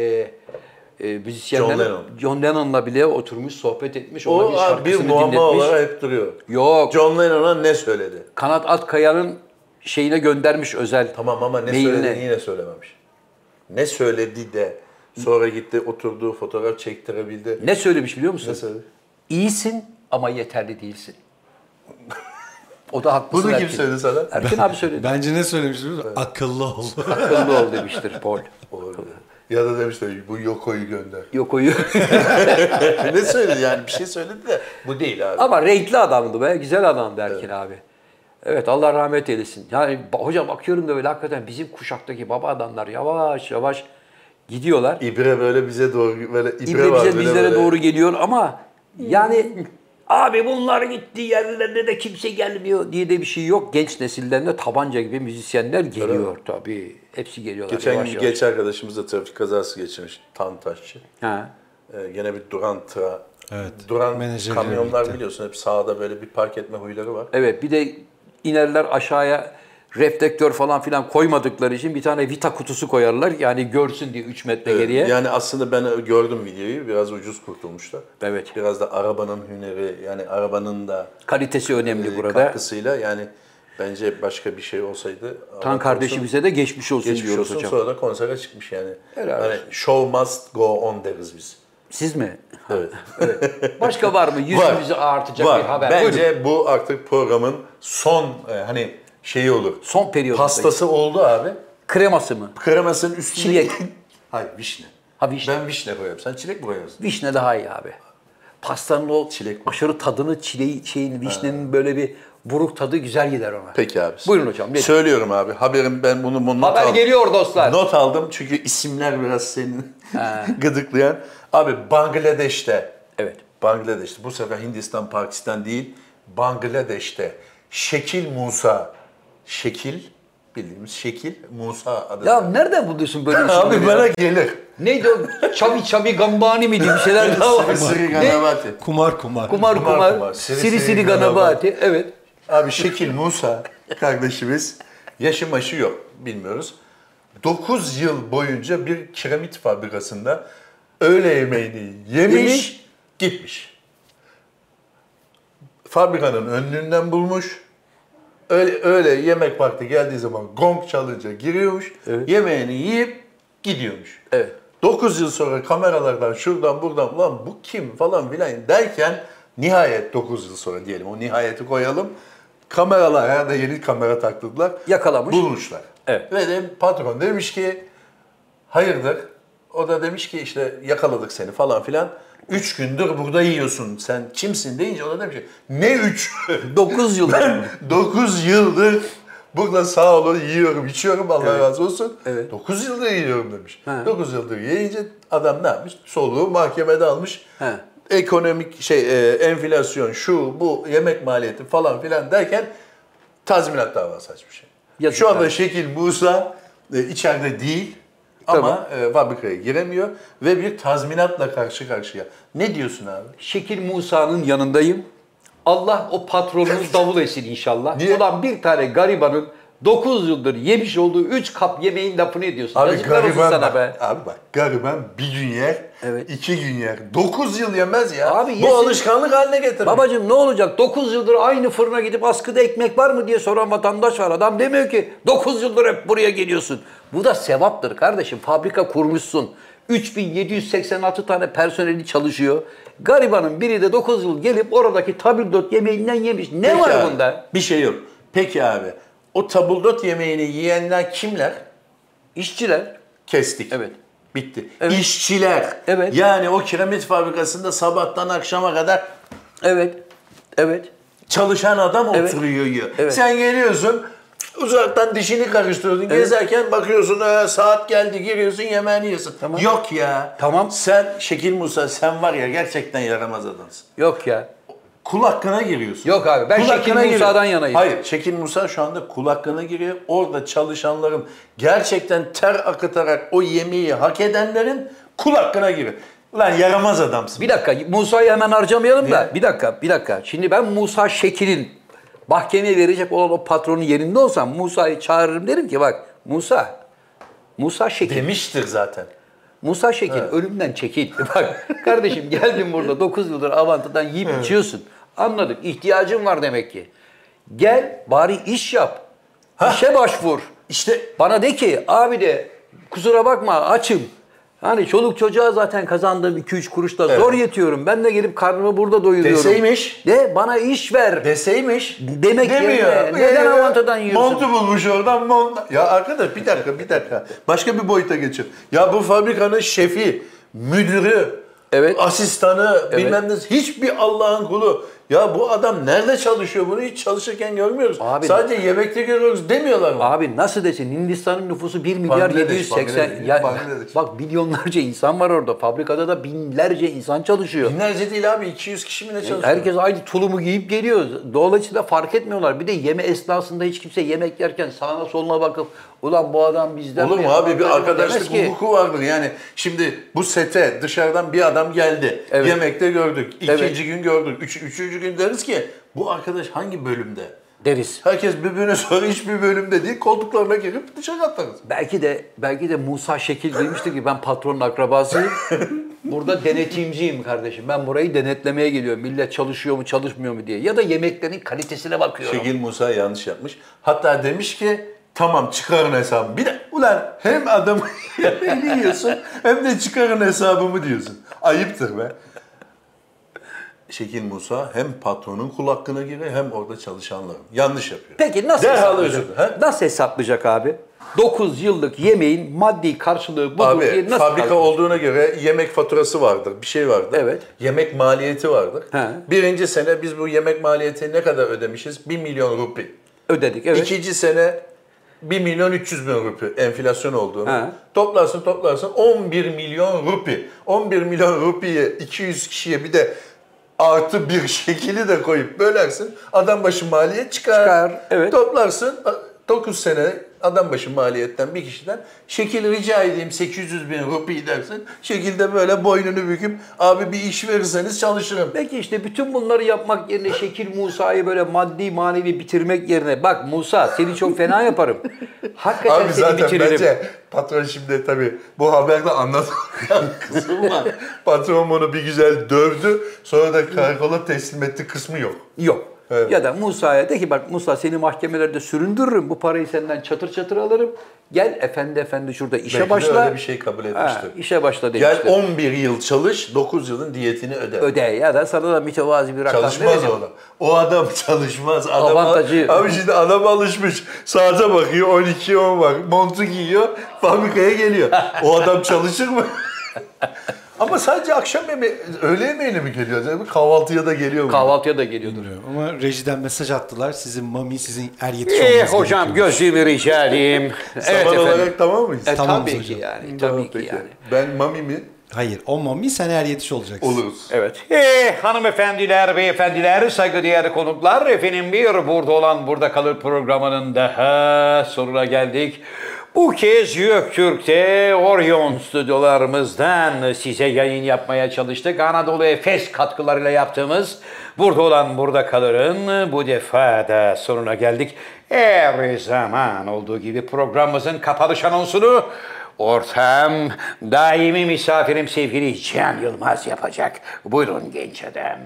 müzisyenler John Lennon. John Lennon'la bile oturmuş, sohbet etmiş. Ona O bir bir şarkısını muamma dinletmiş. olarak hep duruyor. Yok. John Lennon'a ne söyledi? Kanat Atkaya'nın şeyine göndermiş özel Tamam ama ne mailine. söylediğini yine söylememiş. Ne söyledi de sonra gitti oturduğu fotoğraf çektirebildi. Ne söylemiş biliyor musun? Ne söyledi? İyisin ama yeterli değilsin. O da haklısın Bunu kim Erkin. söyledi sana? Erkin abi söyledi. Bence ne söylemiş biliyor musun? Akıllı ol. Akıllı ol demiştir Paul. Olabilir. Ya da demişler bu Yoko'yu gönder. Yok oyu. Ne söyledi yani bir şey söyledi de bu değil abi. Ama renkli adamdı be. Güzel adamdı Erkin abi. Evet Allah rahmet eylesin. Yani hocam bakıyorum da böyle hakikaten bizim kuşaktaki baba adamlar yavaş yavaş gidiyorlar. İbre böyle bize doğru böyle ibre İbre var. bize böyle bizlere böyle. doğru geliyor ama yani abi bunlar gittiği yerlerine de kimse gelmiyor diye de bir şey yok. Genç nesilden de tabanca gibi müzisyenler geliyor tabii. Hepsi geliyorlar Geçen yavaş gün yavaş. genç arkadaşımız da trafik kazası geçirmiş. Tantaşçı. Ha. Gene bir Evet, duran menajeriyle kamyonlar birlikte. biliyorsun hep sağda böyle bir park etme huyları var. Evet bir de inerler aşağıya reflektör falan filan koymadıkları için bir tane vita kutusu koyarlar. Yani görsün diye 3 metre geriye. Yani aslında ben gördüm videoyu. Biraz ucuz kurtulmuşlar. Evet. Biraz da arabanın hüneri yani arabanın da Kalitesi önemli burada. katkısıyla yani bence başka bir şey olsaydı. Tan kardeşimize de geçmiş olsun geçmiş diyoruz olsun hocam. sonra da konsere çıkmış yani. Helal Hani olsun. show must go on deriz biz. Siz mi? Evet. Başka var mı? Yüzümüzü ağartacak Var. bir haber. Bence Buyurun. bu artık programın son hani şeyi olur. Son periyodu. Pastası oldu abi. Kreması mı? Kremasının üstüne... Çilek. Hayır vişne. Ha vişne. Ben vişne koyarım. Sen çilek mi koyarsın? Vişne daha iyi abi. pastanın o Çilek mi? aşırı tadını, şeyin, vişnenin böyle bir buruk tadı güzel gider ona. Peki abi. Buyurun hocam. Nedir? Söylüyorum abi. Haberim ben bunu not Haber aldım. geliyor dostlar. Not aldım çünkü isimler biraz seni gıdıklayan. Abi Bangladeş'te. Evet. Bangladeş'te. Bu sefer Hindistan, Pakistan değil. Bangladeş'te Şekil Musa. Şekil, bildiğimiz Şekil Musa adı. Ya nereden buluyorsun böyle isimleri? Abi bana gelir. Neydi o? Çabi Ganabani miydi? Bir şeyler daha var. Sri Ganabati. Kumar. Kumar. Siri Ganabati. Evet. Abi Şekil Musa kardeşimiz yaşı maşı yok bilmiyoruz. 9 yıl boyunca bir kiremit fabrikasında öğle yemeğini yemiş, gitmiş. Fabrikanın önlüğünden bulmuş. Öyle yemek vakti geldiği zaman gong çalınca giriyormuş. Evet. Yemeğini yiyip gidiyormuş. Evet. 9 yıl sonra kameralardan şuradan buradan ulan bu kim falan filan derken nihayet 9 yıl sonra diyelim o nihayeti koyalım. Kameralar herhalde yeni kamera taktırdılar. Yakalamış. Bulmuşlar. Evet. Ve de patron demiş ki hayırdır? O da demiş ki işte yakaladık seni falan filan. 3 gündür burada yiyorsun. Sen kimsin deyince o da demiş ki ne 3? 9 yıl. 9 yıldır burada sağ olun yiyorum, içiyorum Allah razı olsun. Evet. 9 yıldır yiyorum demiş. He. 9 yıldır yiyince adam ne yapmış? Soluğu mahkemede almış. He. Ekonomik enflasyon, şu bu yemek maliyeti falan filan derken tazminat davası açmış. Yazık Şu anda abi. Şekil Musa içeride değil ama fabrikaya giremiyor ve bir tazminatla karşı karşıya. Ne diyorsun abi? Şekil Musa'nın yanındayım. Allah o patronumuz davul etsin inşallah. Niye? Ulan bir tane garibanın 9 yıldır yemiş olduğu 3 kap yemeğin lafını ediyorsun. Abi Yazıklar olsun gariban sana bak, be. abi bak gariban bir gün yer, Evet. 2 gün yer. 9 yıl yemez ya. Abi bu yesin. alışkanlık haline getirmiş. Babacığım ne olacak? 9 yıldır aynı fırına gidip askıda ekmek var mı diye soran vatandaş var. Adam demiyor ki 9 yıldır hep buraya geliyorsun. Bu da sevaptır kardeşim. Fabrika kurmuşsun. 3786 tane personeli çalışıyor. Garibanın biri de 9 yıl gelip oradaki tabildot yemeğinden yemiş. Ne Peki var abi, bunda? bir şey yok. Peki abi o tabuldot yemeğini yiyenler kimler? İşçiler. Kestik. Evet. Bitti. Evet. İşçiler. Evet. Yani o kiremit fabrikasında sabahtan akşama kadar Evet. Evet. çalışan adam Evet. oturuyor yiyor. Evet. Sen geliyorsun uzaktan dişini karıştırıyorsun. Gezerken bakıyorsun saat geldi giriyorsun yemeğini yiyorsun. Tamam. Yok ya. Tamam. Sen Şekil Musa sen var ya gerçekten yaramaz adamsın. Yok ya. Kul hakkına giriyorsun. Yok abi, ben Kul Şekil hakkına Musa'dan giriyor. yanayım. Hayır Şekil Musa şu anda kul hakkına giriyor. Orada çalışanların gerçekten ter akıtarak o yemeği hak edenlerin kul hakkına giriyor. Ulan yaramaz adamsın. Bir dakika, Musa'yı hemen harcamayalım da. Bir dakika. Şimdi ben Musa Şekil'in mahkemeye verecek olan o patronun yerinde olsam Musa'yı çağırırım, derim ki bak Musa Şekil. Demiştir zaten. Musa Şekil ölümden çekil. Bak kardeşim geldin burada 9 yıldır Avanta'dan yiyip içiyorsun. Anladık, ihtiyacın var demek ki. Gel bari iş yap. İşe başvur. İşte Bana de ki abi de kusura bakma açım. Hani çoluk çocuğa zaten kazandığım 2-3 kuruşla zor yetiyorum. Ben de gelip karnımı burada doyuruyorum. deseymiş. De bana iş ver. Deseymiş. Demek demiyor. yerine neden Avanta'dan yiyorsun? Montu bulmuş oradan mont. Ya arkadaş bir dakika. Başka bir boyuta geçin. Ya bu fabrikanın şefi, müdürü, Evet. asistanı, bilmem ne hiçbir Allah'ın kulu. Ya bu adam nerede çalışıyor? Bunu hiç çalışırken görmüyoruz. Abi- Sadece yemekte görüyoruz demiyorlar mı? Abi nasıl desin, Hindistan'ın nüfusu 1 milyar Bangladeş, 780. Bangladeş. Bak milyonlarca insan var orada. Fabrikada da binlerce insan çalışıyor. Binlerce değil abi 200 kişi mi ne çalışıyor? Herkes aynı tulumu giyip geliyor. Dolayısıyla fark etmiyorlar. Bir de yeme esnasında hiç kimse yemek yerken sağına soluna bakıp ulan bu adam bizden Olur mi? mu abi bir Demez arkadaşlık ki. hukuku vardır yani. Şimdi bu sete dışarıdan bir adam geldi. Evet. Yemekte gördük. İkinci Evet. gün gördük. Üçüncü gün deriz ki bu arkadaş hangi bölümde? Deriz. Herkes birbirine soru hiçbir bölümde değil. Koltuklarına girip dışarı atarız. Belki de Musa Şekil demişti ki ben patronun akrabasıyım. Burada denetimciyim kardeşim. Ben burayı denetlemeye geliyorum. Millet çalışıyor mu çalışmıyor mu diye. Ya da yemeklerin kalitesine bakıyorum. Şekil Musa yanlış yapmış. Hatta demiş ki tamam çıkarın hesabımı. Bir de ulan hem adamı yemeğini yiyorsun hem de çıkarın hesabımı diyorsun. Ayıptır be. Şekil Musa hem patronun kul hakkına giriyor hem orada çalışanların. Yanlış yapıyor. Peki nasıl Derhal hesaplayacak? özür dilerim. Nasıl hesaplayacak abi? 9 yıllık yemeğin maddi karşılığı budur diye Abi nasıl fabrika karşılıyor? olduğuna göre yemek faturası vardır, bir şey vardır. Evet. Yemek maliyeti vardır. He. Birinci sene biz bu yemek maliyetini ne kadar ödemişiz? 1 milyon rupi. Ödedik, evet. İkinci sene 1 milyon 300 bin rupi enflasyon olduğunu. He. Toplarsın 11 milyon rupi. 11 milyon rupiye 200 kişiye bir de artı bir şekili de koyup bölersin. Adam başı maliyet çıkar. Evet. Toplarsın 9 sene adam başı maliyetten bir kişiden şekil rica edeyim 800 bin rupi dersin. Şekilde böyle boynunu büküp abi bir iş verirseniz çalışırım. Peki işte bütün bunları yapmak yerine Şekil Musa'yı böyle maddi manevi bitirmek yerine bak Musa seni çok fena yaparım. Hakikaten Abi seni zaten bitiririm. bence patron şimdi tabii bu haberde anlatan kısım var. Patron bunu bir güzel dövdü sonra da karakola teslim etti kısmı yok. Yok. Evet. Ya da Musa'ya de ki bak Musa seni mahkemelerde süründürürüm. Bu parayı senden çatır çatır alırım. Gel efendi şurada işe Belki de başla. öyle bir şey kabul etmiştir. İşe başla demiştir. Gel 11 yıl çalış 9 yılın diyetini öde. Öde ya da sana da mütevazi bir rakam Çalışmaz vereceğim. o adam. O adam çalışmaz. Adam, Avantajı. Abi şimdi adam alışmış. Saate bakıyor 12-10 var. Montu giyiyor fabrikaya geliyor. O adam çalışır mı? Ama sadece akşam yemeği, öğle yemeğine mi geliyor? Yani kahvaltıya da geliyor mu? Kahvaltıya da geliyordur. Ama rejiden mesaj attılar. Sizin mami sizin er yetiş olmanız Hocam gerekiyor. gözlüğümü rica edeyim. Zaman olarak tamam mıyız? Tamamız Tabii hocam. ki yani. Tamam, Tabii ki peki. yani. Ben mami mi? Hayır, o mami sen er yetiş olacaksın. Oluruz. Evet. Hanımefendiler, beyefendiler, saygıdeğer konuklar, efendim bir Burada Olan Burada Kalır programının daha sonuna geldik. Bu kez Göktürk'te Orion stüdyolarımızdan size yayın yapmaya çalıştık. Anadolu Efes katkılarıyla yaptığımız Burada Olan Burada Kalır'ın bu defa da sonuna geldik. Her zaman olduğu gibi programımızın kapanış anonsunu ortam, daimi misafirim sevgili Can Yılmaz yapacak. Buyurun genç adam.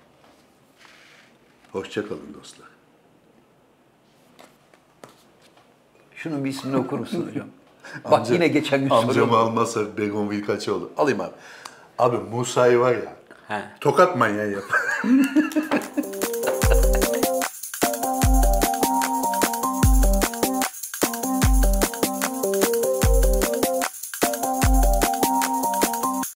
Hoşçakalın dostlar. Şunun bir ismini okur musun hocam? Bak yine geçen gün Amcamı soruyorum. almazsak Begonvil Kaçoğlu. Alayım abi. Abi Musa'yı var ya. He. Tokat manyağı yap.